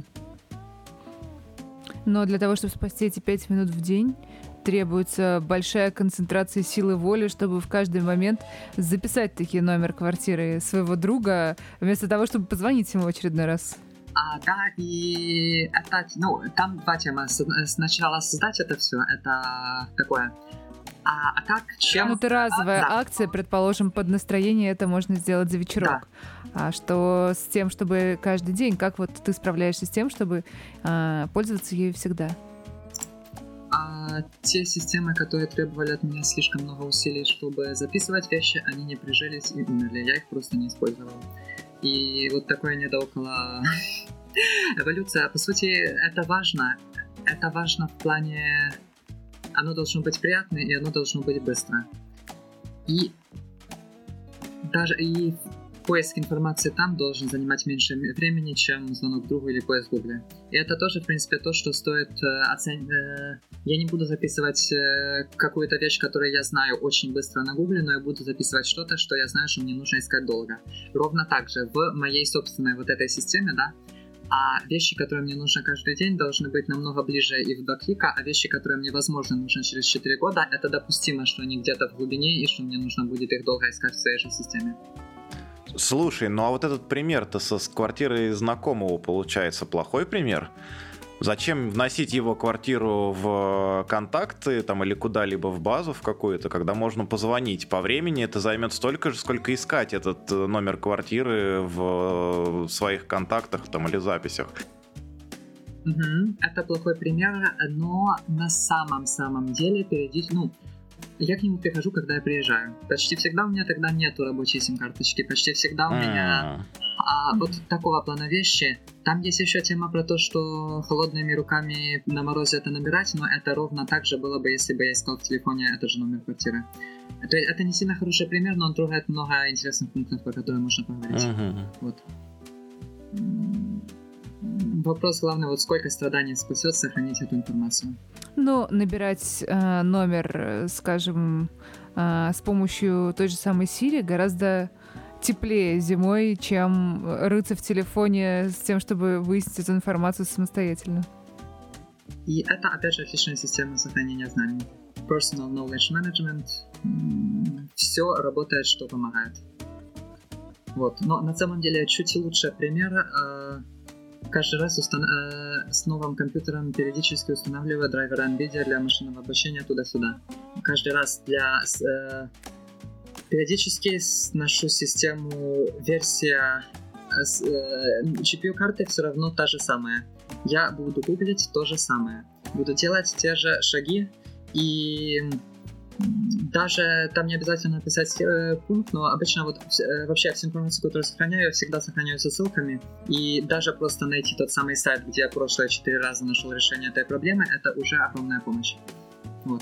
Но для того, чтобы спасти эти пять минут в день, требуется большая концентрация силы воли, чтобы в каждый момент записать таки номер квартиры своего друга, вместо того, чтобы позвонить ему в очередной раз. А, да, и это, ну, там два темы. Сначала создать это все, это такое. А, а как, чем... Ну, это разовая а, да. акция, предположим, под настроение это можно сделать за вечерок. Да. А что с тем, чтобы каждый день, как вот ты справляешься с тем, чтобы а, пользоваться ею всегда? А те системы, которые требовали от меня слишком много усилий, чтобы записывать вещи, они не прижились и умерли. Я их просто не использовал. И вот такое не да около эволюция. По сути, это важно. Это важно в плане... Оно должно быть приятно, и оно должно быть быстро. И даже и поиск информации там должен занимать меньше времени, чем звонок другу или поиск в Гугле. И это тоже, в принципе, то, что стоит э, оценить. Э, я не буду записывать э, какую-то вещь, которую я знаю очень быстро на Гугле, но я буду записывать что-то, что я знаю, что мне нужно искать долго. Ровно так же в моей собственной вот этой системе, да, а вещи, которые мне нужны каждый день, должны быть намного ближе и в два клика, а вещи, которые мне, возможно, нужны через четыре года, это допустимо, что они где-то в глубине, и что мне нужно будет их долго искать в своей же системе. Слушай, ну а вот этот пример-то со, с квартирой знакомого получается плохой пример? Зачем вносить его квартиру в контакты там, или куда-либо в базу в какую-то, когда можно позвонить? По времени это займет столько же, сколько искать этот номер квартиры в своих контактах там, или записях. Угу. Это плохой пример, но на самом-самом деле перейдите, ну, я к нему прихожу, когда я приезжаю. Почти всегда у меня тогда нету рабочей сим-карточки, почти всегда у меня а, вот такого плана вещи. Там есть еще тема про то, что холодными руками на морозе это набирать, но это ровно так же было бы, если бы я искал в телефоне этот же номер квартиры. Это, это не сильно хороший пример, но он трогает много интересных пунктов, по которым можно поговорить. Uh-huh. Вот. Вопрос главный, вот сколько страданий спасет сохранить эту информацию. Ну, набирать э, номер, скажем, э, с помощью той же самой Siri гораздо теплее зимой, чем рыться в телефоне с тем, чтобы выяснить эту информацию самостоятельно. И это, опять же, отличная система сохранения знаний. Personal Knowledge Management. Все работает, что помогает. Вот. Но на самом деле чуть лучше пример. Э, каждый раз устан... э, с новым компьютером периодически устанавливаю драйвера NVIDIA для машинного обучения туда-сюда. Каждый раз для... Э, периодически сношу систему, версия э, джи пи ю-карты все равно та же самая. Я буду гуглить то же самое. Буду делать те же шаги и даже там не обязательно писать э, пункт, но обычно вот э, вообще всю информацию, которую сохраняю, я всегда сохраняю со ссылками, и даже просто найти тот самый сайт, где я прошлые четыре раза нашел решение этой проблемы, это уже огромная помощь. Вот.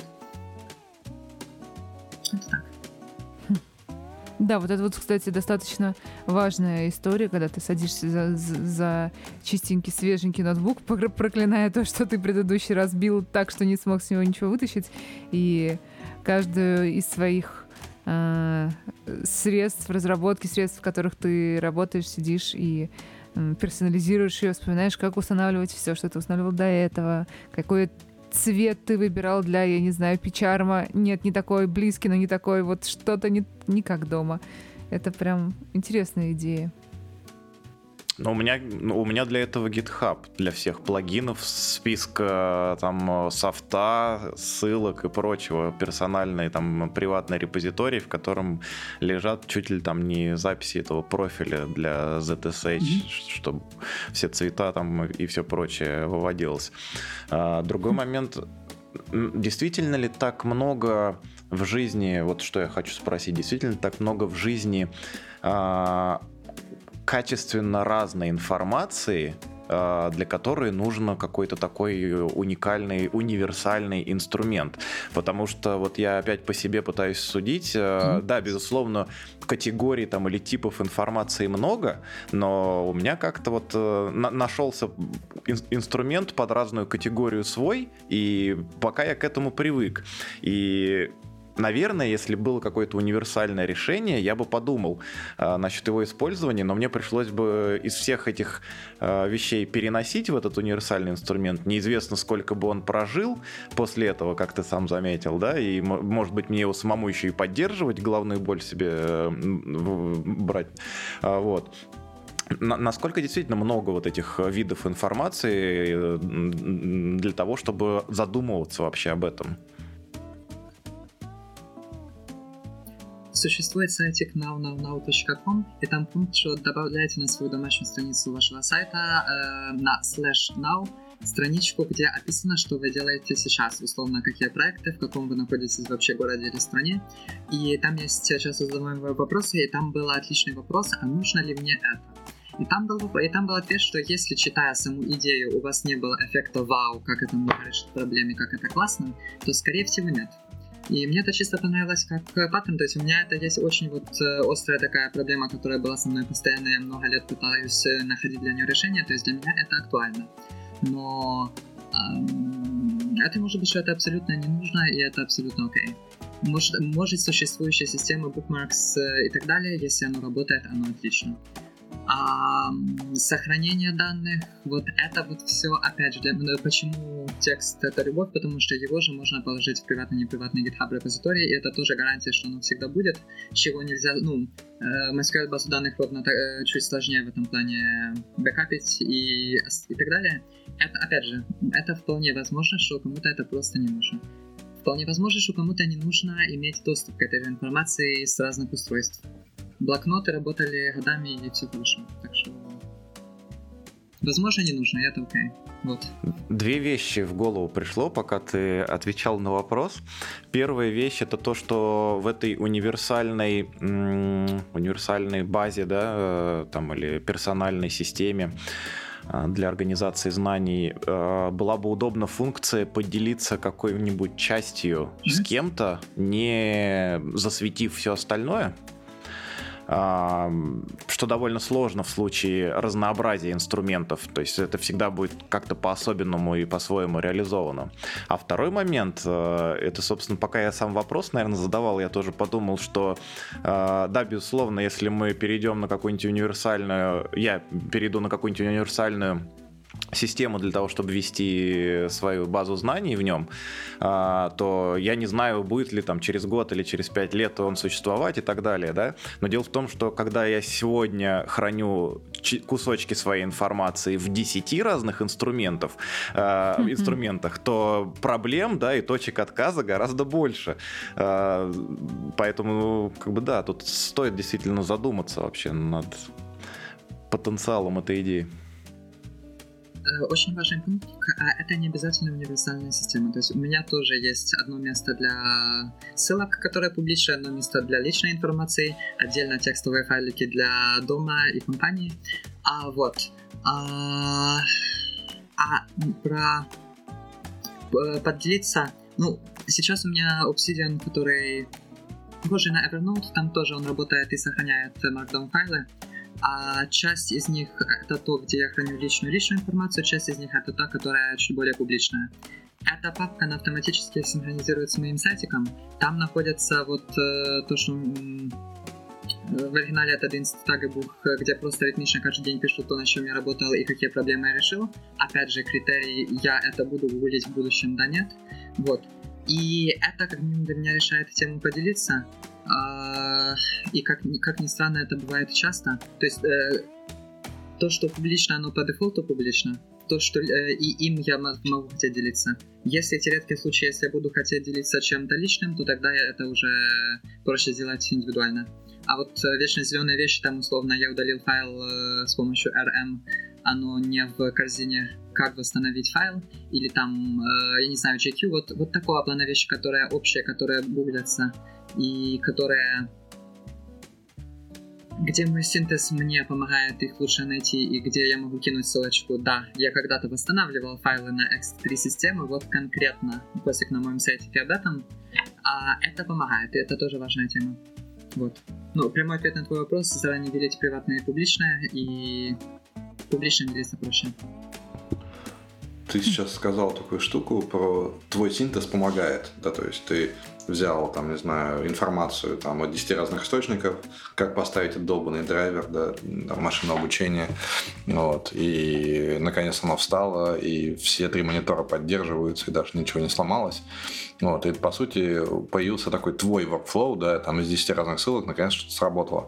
Это так. Да, вот это вот, кстати, достаточно важная история, когда ты садишься за, за чистенький, свеженький ноутбук, проклиная то, что ты предыдущий раз бил так, что не смог с него ничего вытащить, и каждую из своих э, средств разработки, средств, в которых ты работаешь, сидишь и э, персонализируешь ее, вспоминаешь, как устанавливать все, что ты устанавливал до этого, какой цвет ты выбирал для, я не знаю, пичарма. Нет, не такой близкий, но не такой вот что-то не, не как дома. Это прям интересная идея. Но у меня, у меня для этого GitHub, для всех плагинов, списка там софта, ссылок и прочего, персональный там приватный репозиторий, в котором лежат чуть ли там не записи этого профиля для зет эс эйч, mm-hmm. чтобы все цвета там и все прочее выводилось. А, другой mm-hmm. момент, действительно ли так много в жизни, вот что я хочу спросить, действительно так много в жизни а, качественно разной информации, для которой нужен какой-то такой уникальный, универсальный инструмент. Потому что вот я опять по себе пытаюсь судить. Mm-hmm. Да, безусловно, категорий там или типов информации много, но у меня как-то вот на- нашелся ин- инструмент под разную категорию свой, и пока я к этому привык. И наверное, если было какое-то универсальное решение, я бы подумал э, насчет его использования, но мне пришлось бы из всех этих э, вещей переносить в этот универсальный инструмент. Неизвестно, сколько бы он прожил после этого, как ты сам заметил, да, и, может быть, мне его самому еще и поддерживать, головную боль себе э, брать. А, вот. Насколько действительно много вот этих видов информации для того, чтобы задумываться вообще об этом? Существует сайтик now now now точка com, и там пункт, что добавляете на свою домашнюю страницу вашего сайта э, на slash now страничку, где описано, что вы делаете сейчас, условно, какие проекты, в каком вы находитесь вообще городе или стране. И там есть часто задаваемые вопросы, и там был отличный вопрос, а нужно ли мне это? И там, был, и там был ответ, что если, читая саму идею, у вас не было эффекта вау, как это много решит проблемы, как это классно, то, скорее всего, нет. И мне это чисто понравилось как паттерн, то есть у меня это есть очень вот острая такая проблема, которая была со мной постоянно, я много лет пытаюсь находить для нее решение, то есть для меня это актуально. Но эм, это может быть, что это абсолютно не нужно, и это абсолютно окей. Может, может существующая система bookmarks и так далее, если оно работает, оно отлично. А сохранение данных, вот это вот все, опять же, для, почему текст это любовь, потому что его же можно положить в приватный-неприватный GitHub репозиторий, и это тоже гарантия, что оно всегда будет, чего нельзя, ну, MySQL базу данных ровно чуть сложнее в этом плане бэкапить и, и так далее. Это, опять же, это вполне возможно, что кому-то это просто не нужно. Вполне возможно, что кому-то не нужно иметь доступ к этой информации с разных устройств. Блокноты работали годами, и все хорошо. Так что, возможно, не нужно, и это окей. Вот. Две вещи в голову пришло, пока ты отвечал на вопрос. Первая вещь — это то, что в этой универсальной, м- универсальной базе, да, там, или персональной системе для организации знаний была бы удобна функция поделиться какой-нибудь частью mm-hmm. с кем-то, не засветив все остальное. Что довольно сложно в случае разнообразия инструментов, то есть это всегда будет как-то по-особенному и по-своему реализовано. А второй момент, это, собственно, пока я сам вопрос, наверное, задавал, я тоже подумал, что, да, безусловно, если мы перейдем на какую-нибудь универсальную, я перейду на какую-нибудь универсальную систему для того, чтобы вести свою базу знаний в нем, то я не знаю, будет ли там через год или через пять лет он существовать и так далее, да. Но дело в том, что когда я сегодня храню кусочки своей информации в десяти разных инструментов, mm-hmm. инструментах, то проблем, да, и точек отказа гораздо больше. Поэтому, как бы, да, тут стоит действительно задуматься вообще над потенциалом этой идеи. очень важный пункт, это не обязательно универсальная система. То есть у меня тоже есть одно место для ссылок, которое публичное, одно место для личной информации, отдельно текстовые файлики для дома и компании. А вот. А, а про поделиться. Ну, сейчас у меня Obsidian, который похож на Evernote, там тоже он работает и сохраняет Markdown файлы. А часть из них это то, где я храню личную личную информацию, часть из них это та, которая чуть более публичная. Эта папка, она автоматически синхронизирует с моим сайтиком. Там находится вот э, то, что м- в оригинале это Dienstagbuch, где просто ритмично каждый день пишу то, на чем я работал и какие проблемы я решил. Опять же, критерий «я это буду гуглить в будущем, да нет». Вот. И это, как минимум, для меня решает тему поделиться. И как, как ни странно, это бывает часто. То есть э, то, что публично, оно по дефолту публично. То, что э, и им я могу хотеть делиться. Если эти редкие случаи, если я буду хотеть делиться чем-то личным, то тогда это уже проще сделать индивидуально. А вот э, вечно зеленые вещи, там условно я удалил файл э, с помощью эр эм, оно не в корзине «Как восстановить файл», или там, э, я не знаю, джей кью, вот, вот такого плана вещи, которые общие, которые гуглятся, и которые... где мой синтез мне помогает их лучше найти, и где я могу кинуть ссылочку. Да, я когда-то восстанавливал файлы на икс три системы, вот конкретно постик на моем сайте об этом. А это помогает, и это тоже важная тема. Вот. Ну, прямой ответ на твой вопрос: заранее делить приватное и публичное, и публично делиться проще. Ты сейчас сказал такую штуку про твой синтез помогает, да, то есть ты взял, там, не знаю, информацию там, от десяти разных источников, как поставить этот долбанный драйвер, да, машинное обучение, вот, и наконец оно встало, и все три монитора поддерживаются, и даже ничего не сломалось, вот, и по сути появился такой твой workflow, да, там из десяти разных ссылок наконец что-то сработало.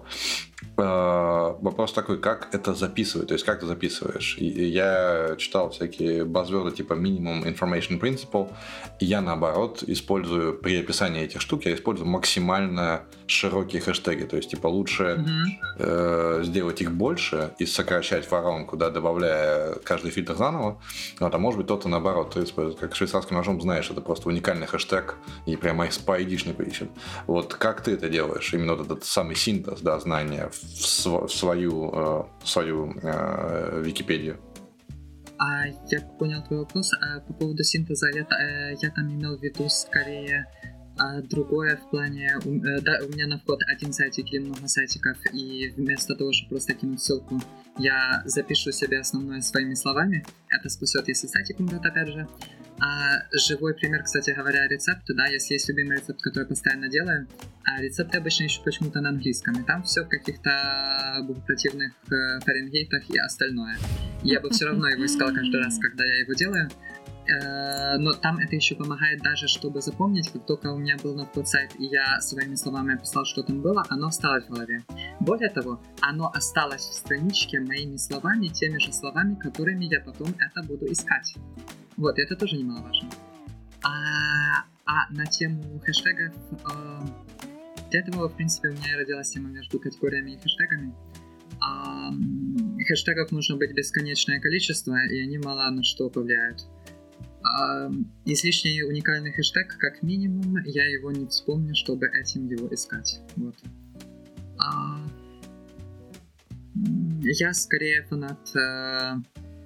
Вопрос такой, как это записывать, то есть как ты записываешь? И я читал всякие базворды типа Minimum Information Principle, и я наоборот использую при описании этих штук, я использую максимально широкие хэштеги, то есть типа лучше mm-hmm. э, сделать их больше и сокращать воронку, да, добавляя каждый фильтр заново, вот, а может быть кто-то наоборот, ты используешь, как швейцарским ножом, знаешь, это просто уникальный хэштег, и прямо их по айдишне поищет. Вот как ты это делаешь? Именно вот этот самый синтез, да, знания в, св- в свою, э, в свою э, Википедию. А, я понял твой вопрос. А, по поводу синтеза, я, я там имел в виду скорее а, другое в плане... У, да, у меня на вход один сайтик или много сайтиков, и вместо того, чтобы просто кинуть ссылку, я запишу себе основное своими словами. Это спасет, если сайтик умрет, опять же. А живой пример, кстати говоря, рецепты, да, если есть любимый рецепт, который я постоянно делаю, а рецепты обычно ищу почему-то на английском, и там все в каких-то бухгалтерных э, фаренгейтах и остальное. Я бы все равно его искал каждый раз, когда я его делаю, э, но там это еще помогает даже, чтобы запомнить, как только у меня был на тот сайт, и я своими словами описал, что там было, оно осталось в голове. Более того, оно осталось в страничке моими словами, теми же словами, которыми я потом это буду искать. Вот, это тоже немаловажно. А, а на тему хэштегов, э, для этого, в принципе, у меня и родилась тема между категориями и хэштегами. А, хэштегов нужно быть бесконечное количество, и они мало на что повлияют. А, излишний уникальный хэштег, как минимум, я его не вспомню, чтобы этим его искать. Вот. А, я скорее фанат... Э,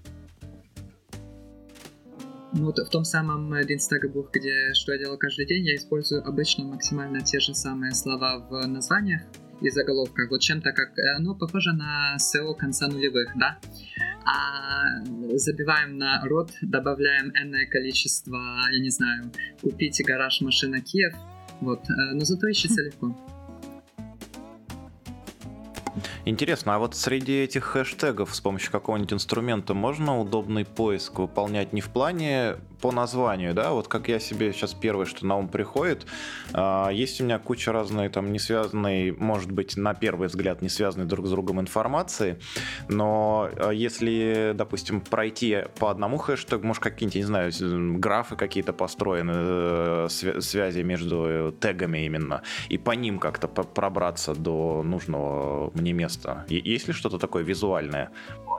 Ну, вот в том самом Dienstagbuch, где что я делал каждый день, я использую обычно максимально те же самые слова в названиях и заголовках. Вот чем-то как... Оно похоже на сео конца нулевых, да? А забиваем на род, добавляем энное количество, я не знаю, купить гараж, машина, Киев. Вот. Но зато ищется легко. Интересно, а вот среди этих хэштегов с помощью какого-нибудь инструмента можно удобный поиск выполнять не в плане по названию, да, вот как я себе сейчас первое, что на ум приходит, есть у меня куча разной там не связанной, может быть, на первый взгляд не связанной друг с другом информации, но если, допустим, пройти по одному хэштегу, может, какие-нибудь, не знаю, графы какие-то построены, связи между тегами именно, и по ним как-то пробраться до нужного мне места. Есть ли что-то такое визуальное?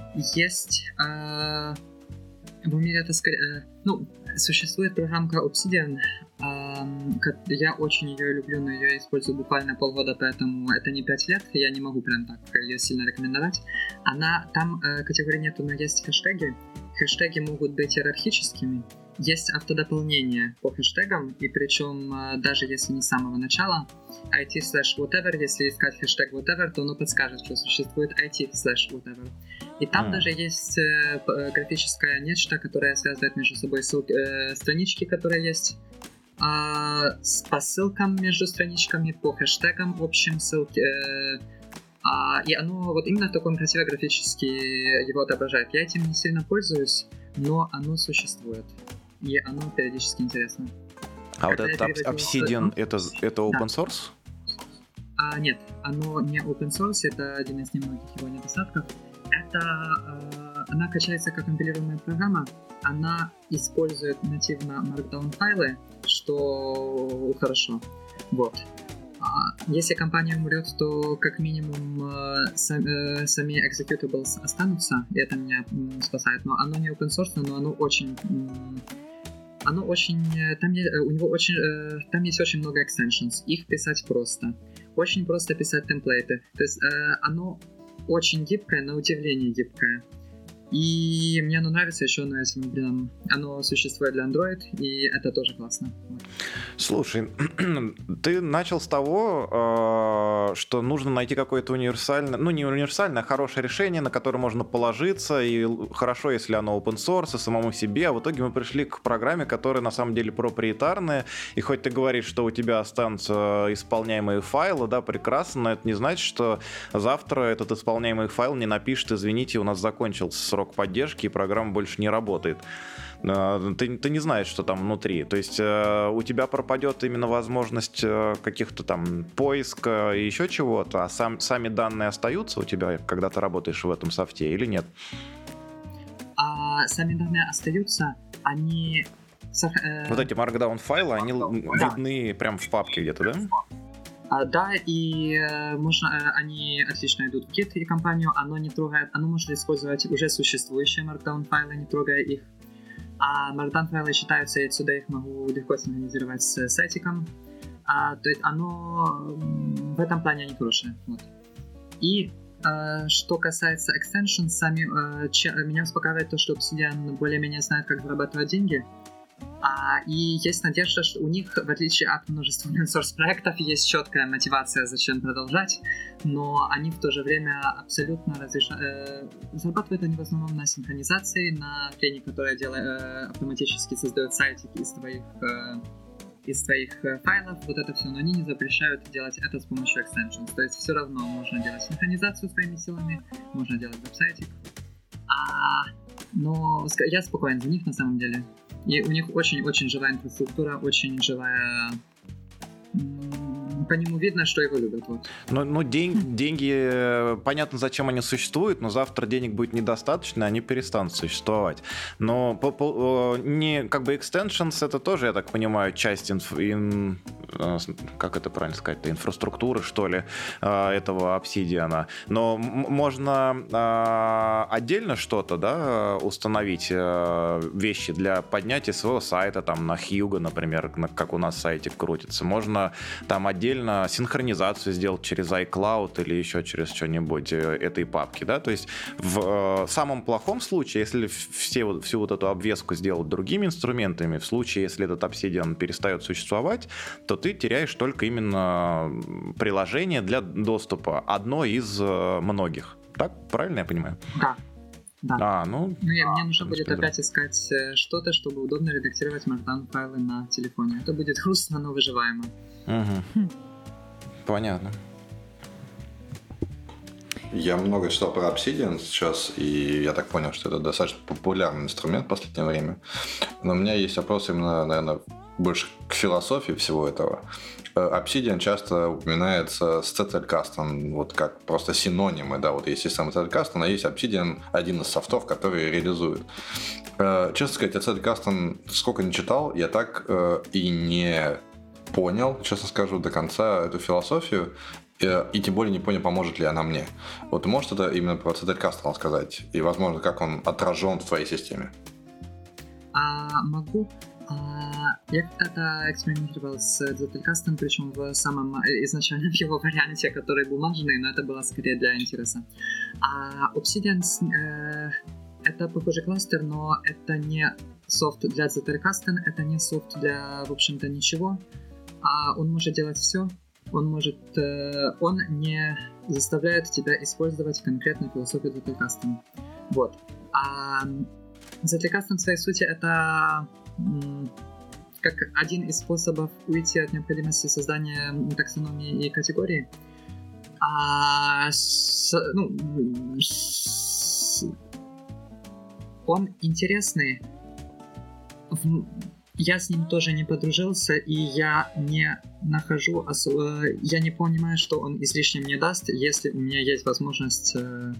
есть... Э, в мире это скорее... Э, ну, существует программка Obsidian. Э, я очень ее люблю, но ее использую буквально полгода, поэтому это не пять лет. Я не могу прям так ее сильно рекомендовать. Она... Там э, категории нету, но есть хэштеги. Хэштеги могут быть иерархическими. Есть автодополнение по хэштегам, и причем даже если не с самого начала, ай ти слэш whatever, если искать хэштег whatever, то оно подскажет, что существует ай ти слэш whatever. И там mm. даже есть э, графическое нечто, которое связывает между собой ссылки, э, странички, которые есть, э, с, по ссылкам между страничками, по хэштегам общим ссылки. Э, э, и оно вот именно в таком красиво графически его отображает. Я этим не сильно пользуюсь, но оно существует. И оно периодически интересно. А Когда вот этот Obsidian, это, это open source? Да. А, нет, оно не open source, это один из немногих его недостатков. Это, э, она качается как компилируемая программа, она использует нативно Markdown файлы, что хорошо. Вот. А если компания умрет, то как минимум э, сам, э, сами executables останутся, и это меня м, спасает. Но оно не open source, но оно очень... М, оно очень... Там, у него очень, э, там есть очень много extensions. Их писать просто. Очень просто писать темплейты. То есть э, оно очень гибкое, на удивление гибкое. И мне оно нравится еще, но если, блин, оно существует для Android, и это тоже классно. Слушай, ты начал с того, что нужно найти какое-то универсальное, ну не универсальное, а хорошее решение, на которое можно положиться, и хорошо, если оно open source, и самому себе, а в итоге мы пришли к программе, которая на самом деле проприетарная, и хоть ты говоришь, что у тебя останутся исполняемые файлы, да, прекрасно, но это не значит, что завтра этот исполняемый файл не напишет: извините, у нас закончился срок поддержки, и программа больше не работает. Ты, ты не знаешь, что там внутри. То есть э, у тебя пропадет именно возможность э, каких-то там поиска и еще чего-то, а сам, сами данные остаются у тебя, когда ты работаешь в этом софте, или нет? А сами данные остаются, они... Э... Вот эти markdown файлы, они да. видны прям в папке где-то, да? А, да, и э, можно, э, они отлично идут в Git и компанию, оно не трогает, оно может использовать уже существующие markdown файлы, не трогая их. А Markdown файлы считаются, и отсюда их могу легко синхронизировать с сайтиком. А, то есть оно в этом плане они хорошие. Вот. И э, что касается extension, сами, э, че, меня успокаивает то, что Obsidian более-менее знает, как зарабатывать деньги. А, и есть надежда, что у них, в отличие от множества open-source проектов, есть четкая мотивация, зачем продолжать, но они в то же время абсолютно разрешают... Э, зарабатывают они в основном на синхронизации, на хрени, которая делает, э, автоматически создает сайтики из твоих, э, из твоих э, файлов, вот это все, но они не запрещают делать это с помощью extensions, то есть все равно можно делать синхронизацию своими силами, можно делать веб-сайтик, а, но я спокоен за них на самом деле. И у них очень-очень живая инфраструктура, очень живая... По нему видно, что его любят. Вот. Ну, ну день, деньги, понятно, зачем они существуют, но завтра денег будет недостаточно, они перестанут существовать. Но по, по, не, как бы extensions, это тоже, я так понимаю, часть инф, ин, как это правильно сказать, инфраструктуры, что ли, этого Obsidian. Но можно отдельно что-то, да, установить, вещи для поднятия своего сайта, там, на Hugo, например, как у нас сайтик крутится. Можно там отдельно синхронизацию сделать через iCloud или еще через что-нибудь этой папки, да, то есть в э, самом плохом случае, если все, всю вот эту обвеску сделать другими инструментами, в случае, если этот Obsidian перестает существовать, то ты теряешь только именно приложение для доступа, одно из э, многих. Так, правильно я понимаю? Да. Да. А, ну, ну я, мне нужно будет опять искать что-то, чтобы удобно редактировать markdown файлы на телефоне. Это будет грустно, но выживаемо. Угу. Понятно. Я много читал про Obsidian сейчас, и я так понял, что это достаточно популярный инструмент в последнее время. Но у меня есть вопрос именно, наверное, больше к философии всего этого. Obsidian часто упоминается с Zettelkasten, вот как просто синонимы, да, вот есть сам Zettelkasten, а есть Obsidian, один из софтов, который реализует. Честно сказать, я Zettelkasten сколько не читал, я так и не понял, честно скажу, до конца эту философию. и, и тем более не понял, поможет ли она мне. Вот ты можешь это именно про Zettelkasten сказать? И, возможно, как он отражен в твоей системе? А, могу. А, я когда-то экспериментировал с Zettelkasten, причем в самом изначальном его варианте, который бумажный, но это было скорее для интереса. А Obsidian э, это похоже кластер, но это не софт для Zettelkasten, это не софт для, в общем-то, ничего. А он может делать все. Он может, э, он не заставляет тебя использовать конкретную философию Zettelkasten. Вот. А Zettelkasten в своей сути это м, как один из способов уйти от необходимости создания таксономии и категории. А с, ну, с, он интересный. В, я с ним тоже не подружился, и я не нахожу, осо- я не понимаю, что он излишне мне даст, если у меня есть возможность,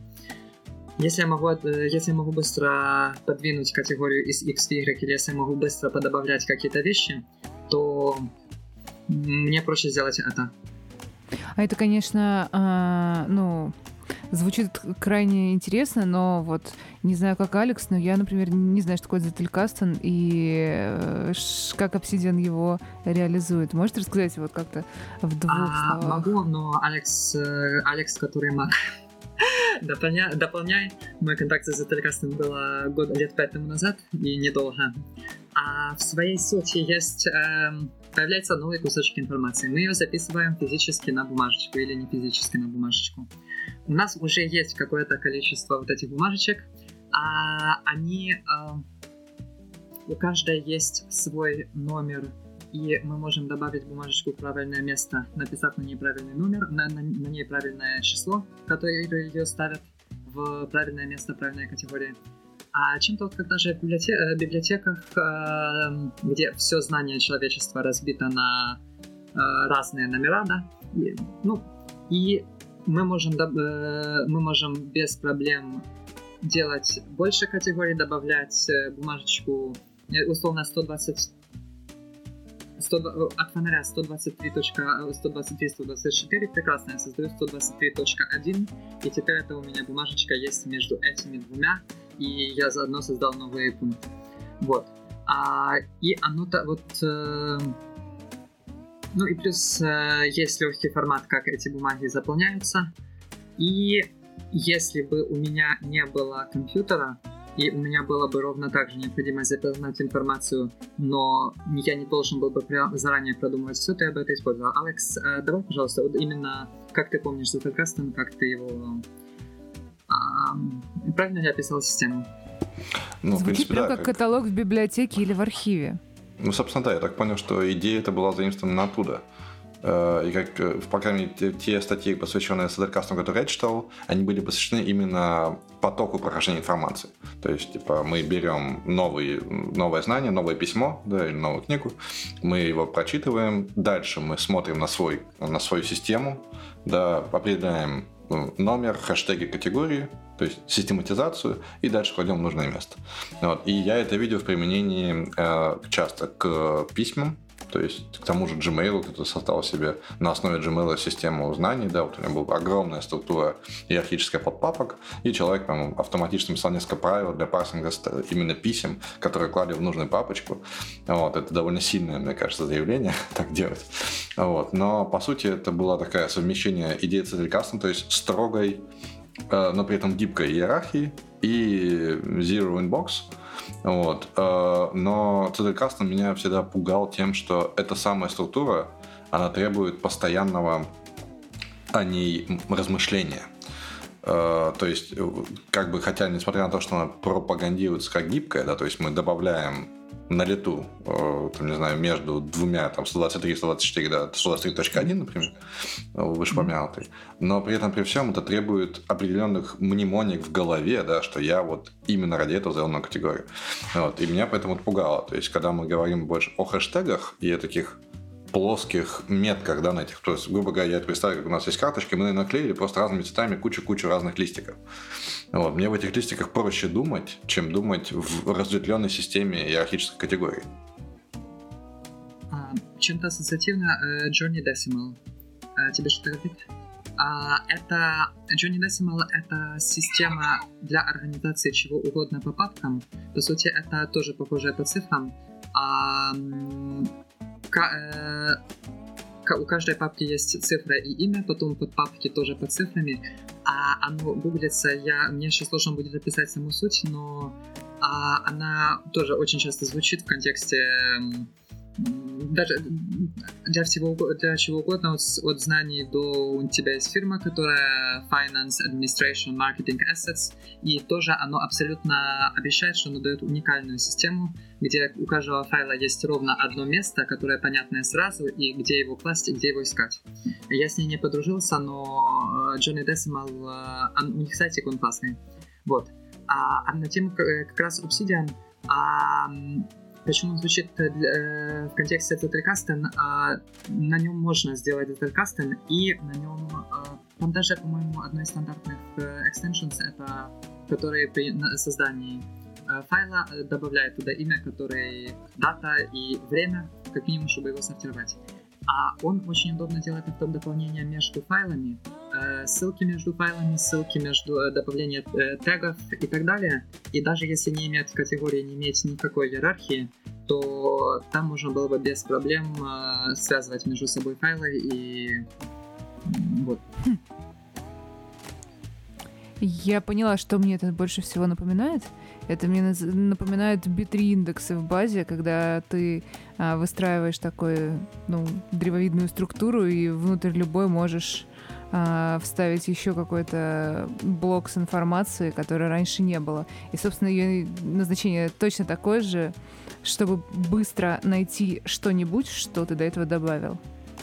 если я могу, если я могу быстро подвинуть категорию из X в Y, или если я могу быстро подобавлять какие-то вещи, то мне проще сделать это. А это, конечно, а, ну, звучит крайне интересно, но вот не знаю, как Алекс, но я, например, не знаю, что такое Zettelkasten и как Obsidian его реализует. Можете рассказать вот как-то в двух а, словах? Могу, но Алекс, Алекс, который маг, дополняй, дополняй. Мой контакт с Zettelkasten было год, лет пять тому назад, и недолго. А в своей сути есть... Эм, появляется новый кусочек информации. Мы ее записываем физически на бумажечку или не физически на бумажечку. У нас уже есть какое-то количество вот этих бумажечек, а они... Э, у каждой есть свой номер, и мы можем добавить бумажечку в правильное место, написав на ней правильный номер, на, на, на ней правильное число, которое ее ставят в правильное место, правильной категории. А чем-то вот когда же в библиотек- библиотеках, э, где все знание человечества разбито на э, разные номера, да, и, ну, и мы можем, э, мы можем без проблем делать больше категорий, добавлять э, бумажечку, э, условно сто двадцать сто, от фонаря сто двадцать три сто двадцать три сто двадцать четыре, прекрасно, я создаю сто двадцать три точка один, и теперь это у меня бумажечка есть между этими двумя, и я заодно создал новые пункты. Вот. А, и оно-то вот... Э, ну и плюс э, есть легкий формат, как эти бумаги заполняются. И если бы у меня не было компьютера, и у меня было бы ровно так же необходимость заполнять информацию, но я не должен был бы заранее продумывать все, то я бы это использовал. Алекс, э, давай, пожалуйста, вот именно как ты помнишь Zettelkasten, как ты его... А, правильно я описал систему? Ну, Звучит в принципе, прям да, как как... каталог в библиотеке или в архиве. Ну, собственно, да, я так понял, что идея эта была заимствована оттуда. И как, по крайней мере, те статьи, посвященные Zettelkasten, которые я читал, они были посвящены именно потоку прохождения информации. То есть, типа, мы берем новый, новое знание, новое письмо, да, или новую книгу, мы его прочитываем, дальше мы смотрим на, свой, на свою систему, да, определяем номер, хэштеги, категории, то есть систематизацию, и дальше кладем в нужное место. Вот. И я это видел в применении э, часто к письмам, то есть к тому же Gmail, кто-то создал себе на основе Gmail систему знаний, да, вот у него была огромная структура иерархическая подпапок, и человек прям автоматически написал несколько правил для парсинга именно писем, которые клали в нужную папочку. Вот, это довольно сильное, мне кажется, заявление так делать. Вот. Но по сути это было такое совмещение идеи Zettelkasten, то есть строгой, но при этом гибкой иерархии и Zero Inbox. Вот. Но Zettelkasten меня всегда пугал тем, что эта самая структура, она требует постоянного о ней размышления. То есть, как бы, хотя, несмотря на то, что она пропагандируется как гибкая, да, то есть мы добавляем на лету, там, не знаю, между двумя, там, сто двадцать три сто двадцать четыре, да, сто двадцать три точка один, например, вышепомянутый, но при этом, при всем, это требует определенных мнемоник в голове, да, что я вот именно ради этого занял категорию. Вот, и меня поэтому пугало. То есть, когда мы говорим больше о хэштегах и о таких плоских метках, да, на этих, то есть, грубо говоря, я представляю, как у нас есть карточки, мы наклеили просто разными цветами кучу-кучу разных листиков. Вот. Мне в этих листиках проще думать, чем думать в разветвленной системе иерархической категории. А, чем-то ассоциативно uh, Johnny Decimal. Uh, тебе что-то говорит? А, это Johnny Decimal — это система для организации чего угодно по папкам. По сути, это тоже похожее по цифрам. А, к, э, к, у каждой папки есть цифра и имя, потом под папки тоже под цифрами. А оно гуглится, я, мне сейчас сложно будет описать саму суть, но а, она тоже очень часто звучит в контексте даже для всего, для чего угодно, от, от знаний до у тебя есть фирма, которая Finance, Administration, Marketing, Assets, и тоже оно абсолютно обещает, что оно дает уникальную систему, где у каждого файла есть ровно одно место, которое понятное сразу, и где его класть, и где его искать. Я с ней не подружился, но Johnny Decimal, он, у них сайтик, он классный. Вот. А, а на тему как раз Obsidian, а, почему он звучит э, в контексте Zettelkasten, э, на нем можно сделать Zettelkasten, и на нем, э, там даже, по-моему, одно из стандартных э, extensions, это, которые при создании э, файла добавляет туда имя, который, дата и время, как минимум, чтобы его сортировать. А он очень удобно делает автодополнение между файлами, э, ссылки между файлами, ссылки между э, добавление э, тегов и так далее. И даже если не иметь категории, не иметь никакой иерархии, то там можно было бы без проблем э, связывать между собой файлы и вот. Я поняла, что мне это больше всего напоминает. Это мне напоминает би три индексы в базе, когда ты а, выстраиваешь такую, ну, древовидную структуру, и внутрь любой можешь а, вставить еще какой-то блок с информацией, которой раньше не было. И, собственно, ее назначение точно такое же, чтобы быстро найти что-нибудь, что ты до этого добавил.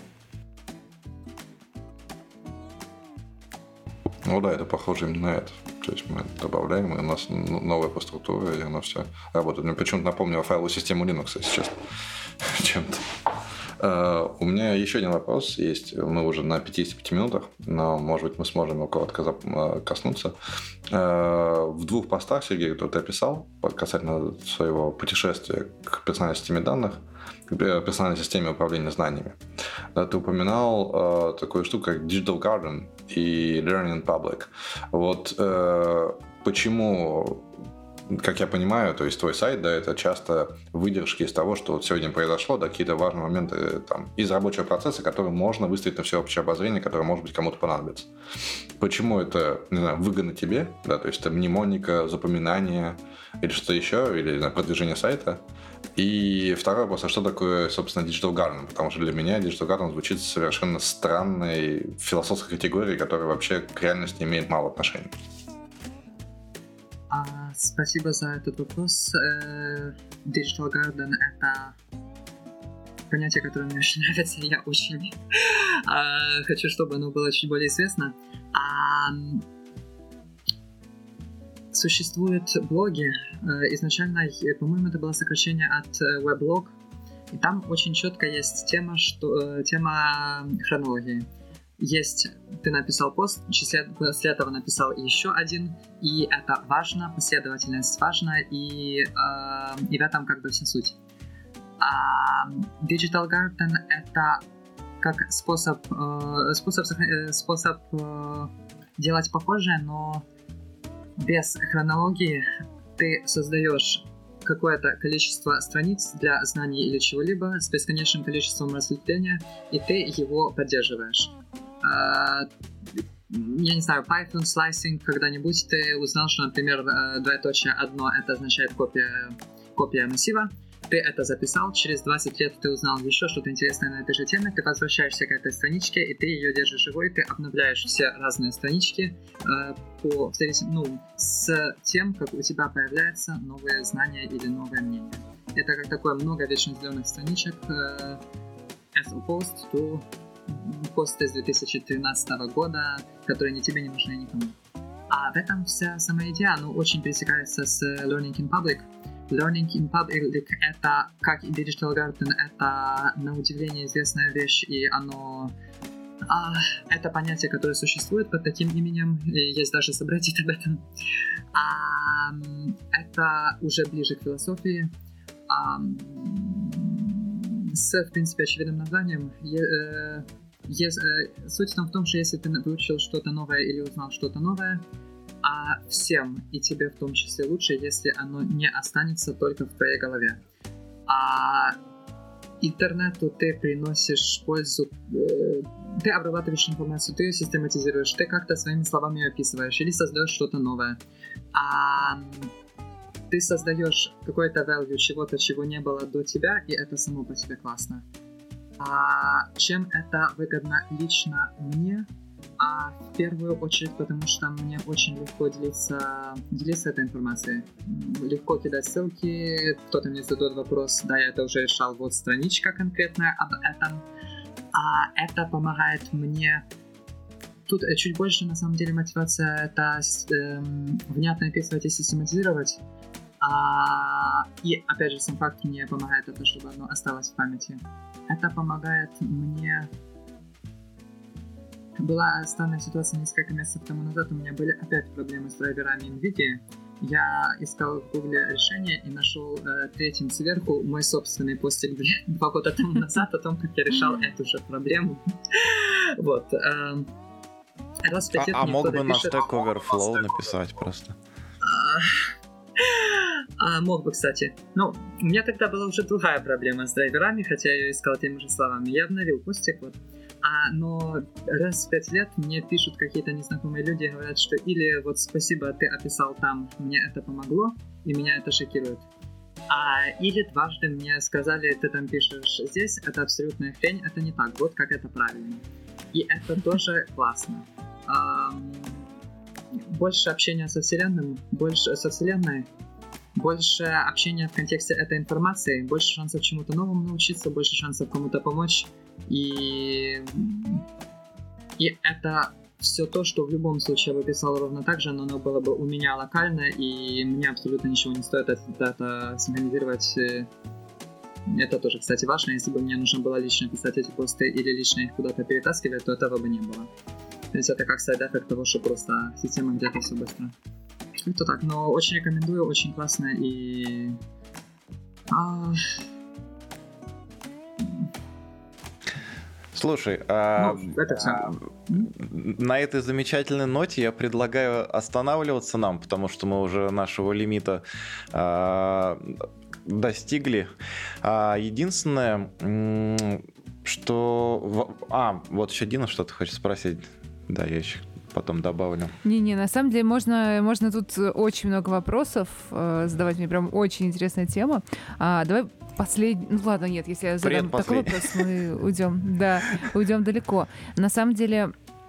Ну да, это похоже именно на это. То есть мы добавляем, и у нас новая по структуре, и оно все работает. Мне почему-то напомнило файловую систему Linux, если честно, чем-то. Uh, у меня еще один вопрос есть. Мы уже на пятидесяти пяти минутах, но, может быть, мы сможем его коротко коснуться. Uh, в двух постах, Сергей, которые ты описал, касательно своего путешествия к персональной системе данных, к персональной системе управления знаниями, ты упоминал uh, такую штуку, как Digital Garden и Learning in Public. Вот uh, почему... Как я понимаю, то есть твой сайт, да, это часто выдержки из того, что вот сегодня произошло, да, какие-то важные моменты там, из рабочего процесса, которые можно выставить на всеобщее обозрение, которое, может быть, кому-то понадобится. Почему это, не знаю, выгодно тебе, да, то есть это мнемоника, запоминание или что-то еще, или, не знаю, продвижение сайта. И второй вопрос, а что такое, собственно, Digital Garden? Потому что для меня Digital Garden звучит совершенно странной философской категорией, которая вообще к реальности имеет мало отношения. А, спасибо за этот вопрос. Digital Garden — это понятие, которое мне очень нравится, и я очень а, хочу, чтобы оно было чуть более известно. А, существуют блоги. Изначально, по-моему, это было сокращение от weblog, и там очень четко есть тема, что, тема хронологии. Есть, ты написал пост, после этого написал еще один, и это важно, последовательность важна, и, э, и в этом как бы вся суть. А Digital Garden — это как способ, э, способ, э, способ э, делать похожее, но без хронологии. Ты создаешь какое-то количество страниц для знаний или чего-либо с бесконечным количеством разветвления, и ты его поддерживаешь. Uh, я не знаю, Python slicing, когда-нибудь ты узнал, что, например, двоеточие одно — это означает копия, копия массива, ты это записал, через двадцать лет ты узнал еще что-то интересное на этой же теме, ты возвращаешься к этой страничке, и ты ее держишь живой, ты обновляешь все разные странички uh, по, ну, с тем, как у тебя появляются новые знания или новые мнения. Это как такое много вечно зеленых страничек, uh, as opposed to посты с две тысячи тринадцатого года, которые ни тебе не нужны, никому. А в этом вся сама идея, оно очень пересекается с Learning in Public. Learning in Public — это, как и Digital Garden, это на удивление известная вещь, и оно... А, это понятие, которое существует под таким именем, и есть даже subreddit об этом. А, это уже ближе к философии. А, с, в принципе, очевидным названием. Если, суть в том, что если ты выучил что-то новое или узнал что-то новое, а всем, и тебе в том числе лучше, если оно не останется только в твоей голове. А интернету ты приносишь пользу, э, ты обрабатываешь информацию, ты ее систематизируешь, ты как-то своими словами ее описываешь или создаешь что-то новое. А ты создаешь какой-то value чего-то, чего не было до тебя, и это само по себе классно. А чем это выгодно лично мне? А в первую очередь, потому что мне очень легко делиться, делиться этой информацией. Легко кидать ссылки, кто-то мне задает вопрос, да, я это уже решал, вот страничка конкретная об этом. А это помогает мне... Тут чуть больше, на самом деле, мотивация это эм, внятно описывать и систематизировать. А, и, опять же, сам факт мне помогает это, чтобы оно осталось в памяти. Это помогает мне... Была странная ситуация несколько месяцев тому назад, у меня были опять проблемы с драйверами NVIDIA. Я искал в Google решение и нашел э, третьим сверху мой собственный постик два года тому назад о том, как я решал эту же проблему. Вот. Э, раз в пять лет а мне мог бы на пишет... Stack Overflow написать просто? А, мог бы, кстати. Ну, у меня тогда была уже другая проблема с драйверами, хотя я ее искал теми же словами. Я обновил постик, вот. А, но раз в пять лет мне пишут какие-то незнакомые люди и говорят, что или вот спасибо, ты описал там, мне это помогло, и меня это шокирует. А, или дважды мне сказали, ты там пишешь здесь, это абсолютная хрень, это не так, вот как это правильно. И это тоже классно. А, больше общения со вселенным, больше со вселенной, больше общения в контексте этой информации, больше шансов чему-то новому научиться, больше шансов кому-то помочь. И, и это все то, что в любом случае я бы писал ровно так же, но оно было бы у меня локально, и мне абсолютно ничего не стоит это, это синхронизировать. Это тоже, кстати, важно. Если бы мне нужно было лично писать эти посты или лично их куда-то перетаскивать, то этого бы не было. То есть это как сайд-эффект того, что просто система где-то все быстро. Это так, но очень рекомендую, очень классно и... А... Слушай, а, ну, это все. А, на этой замечательной ноте я предлагаю останавливаться нам, потому что мы уже нашего лимита а, достигли. А, единственное, что... А, вот еще Дина что-то хочет спросить. Да, я еще потом добавлю. Не-не, на самом деле можно, можно тут очень много вопросов э, задавать. Мне прям очень интересная тема. А, давай последний... Ну ладно, нет, если я задам такой вопрос, мы уйдем. Да, уйдем далеко. На самом деле...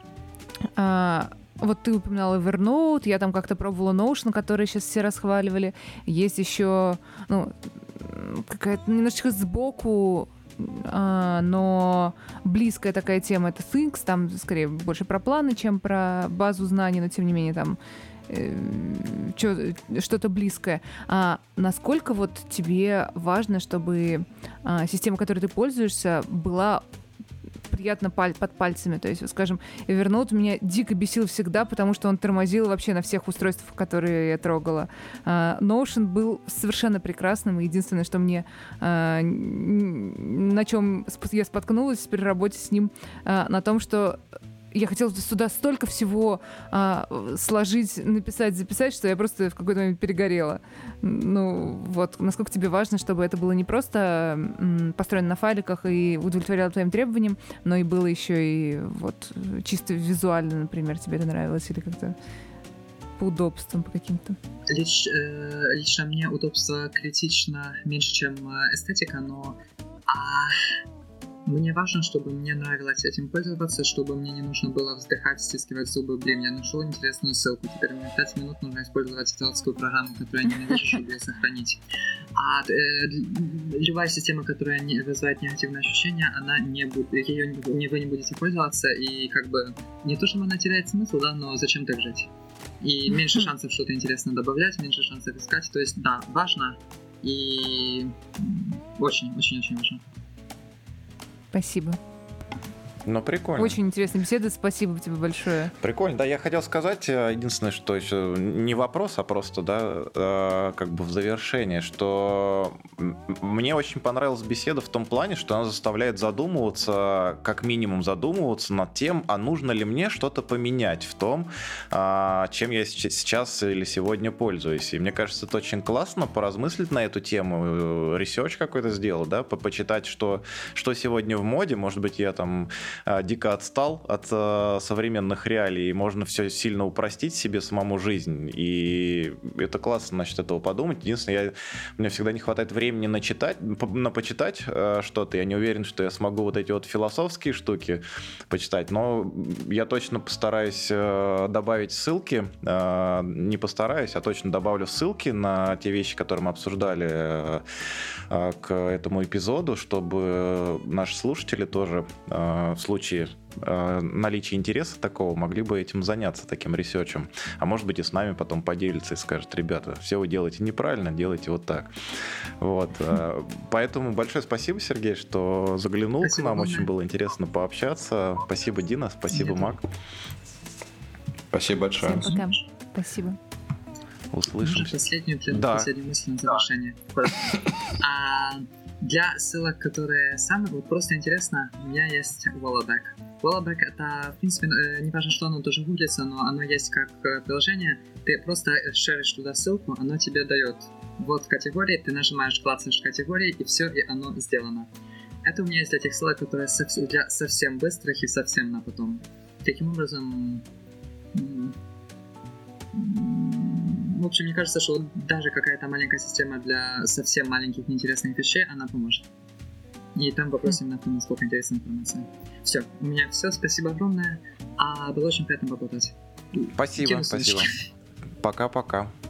А, вот ты упоминала Evernote, я там как-то пробовала Notion, который сейчас все расхваливали. Есть еще, ну, какая-то немножечко сбоку, а, но близкая такая тема — это Things, там скорее больше про планы, чем про базу знаний, но тем не менее там э, чё, что-то близкое. А насколько вот тебе важно, чтобы а, система, которой ты пользуешься, была приятно паль- под пальцами? То есть, скажем, Evernote меня дико бесил всегда, потому что он тормозил вообще на всех устройствах, которые я трогала. Uh, Notion был совершенно прекрасным, и единственное, что мне uh, на чем я споткнулась при работе с ним, uh, на том, что я хотела сюда столько всего а, сложить, написать, записать, что я просто в какой-то момент перегорела. Ну, вот, насколько тебе важно, чтобы это было не просто м, построено на файликах и удовлетворяло твоим требованиям, но и было еще и вот чисто визуально, например, тебе это нравилось, или как-то по удобствам, по каким-то? Лич, э, лично мне удобство критично меньше, чем эстетика, но... А... Мне важно, чтобы мне нравилось этим пользоваться, чтобы мне не нужно было вздыхать, стискивать зубы. Блин, я нашел интересную ссылку. Теперь мне пять минут нужно использовать эту адскую программу, которую я ненавижу, чтобы ее сохранить. А э, любая система, которая не вызывает негативные ощущения, она не будет, ее не, вы не будете пользоваться, и как бы не то, что она теряет смысл, да, но зачем так жить? И меньше шансов что-то интересное добавлять, меньше шансов искать. То есть, да, важно и очень-очень-очень важно. Спасибо. Ну, прикольно. Очень интересная беседа, спасибо тебе большое. Прикольно, да, я хотел сказать, единственное, что еще не вопрос, а просто, да, как бы в завершение, что мне очень понравилась беседа в том плане, что она заставляет задумываться, как минимум задумываться над тем, а нужно ли мне что-то поменять в том, чем я сейчас или сегодня пользуюсь. И мне кажется, это очень классно поразмыслить на эту тему, ресерч какой-то сделать, да, почитать, что, что сегодня в моде, может быть, я там дико отстал от э, современных реалий, и можно все сильно упростить себе самому жизнь, и это классно насчет этого подумать. Единственное, я, мне всегда не хватает времени начитать, на почитать э, что-то, я не уверен, что я смогу вот эти вот философские штуки почитать, но я точно постараюсь э, добавить ссылки, э, не постараюсь, а точно добавлю ссылки на те вещи, которые мы обсуждали э, э, к этому эпизоду, чтобы наши слушатели тоже э, в случае э, наличия интереса такого могли бы этим заняться, таким ресерчем. А может быть и с нами потом поделиться и скажет: ребята, все вы делаете неправильно, делайте вот так. Вот. Э, поэтому большое спасибо, Сергей, что заглянул спасибо к нам. Вам. Очень было интересно пообщаться. Спасибо, Дина. Спасибо, Нет. Мак. Спасибо большое. Всем пока. Спасибо. Услышимся. Последнюю, да. последнюю мысль на завершение. А, для ссылок, которые сами, вот просто интересно, у меня есть Wallabag. Wallabag — это, в принципе, не важно, что оно тоже гуглится, но оно есть как приложение. Ты просто шеришь туда ссылку, оно тебе дает вот категории, ты нажимаешь, клацаешь категории, и все, и оно сделано. Это у меня есть для тех ссылок, которые для совсем быстрых и совсем на потом. Таким образом, в общем, мне кажется, что даже какая-то маленькая система для совсем маленьких неинтересных вещей, она поможет. И там вопрос именно в том, насколько интересна информация. Все, у меня все, спасибо огромное. А было очень приятно поболтать. Спасибо, спасибо. Пока-пока.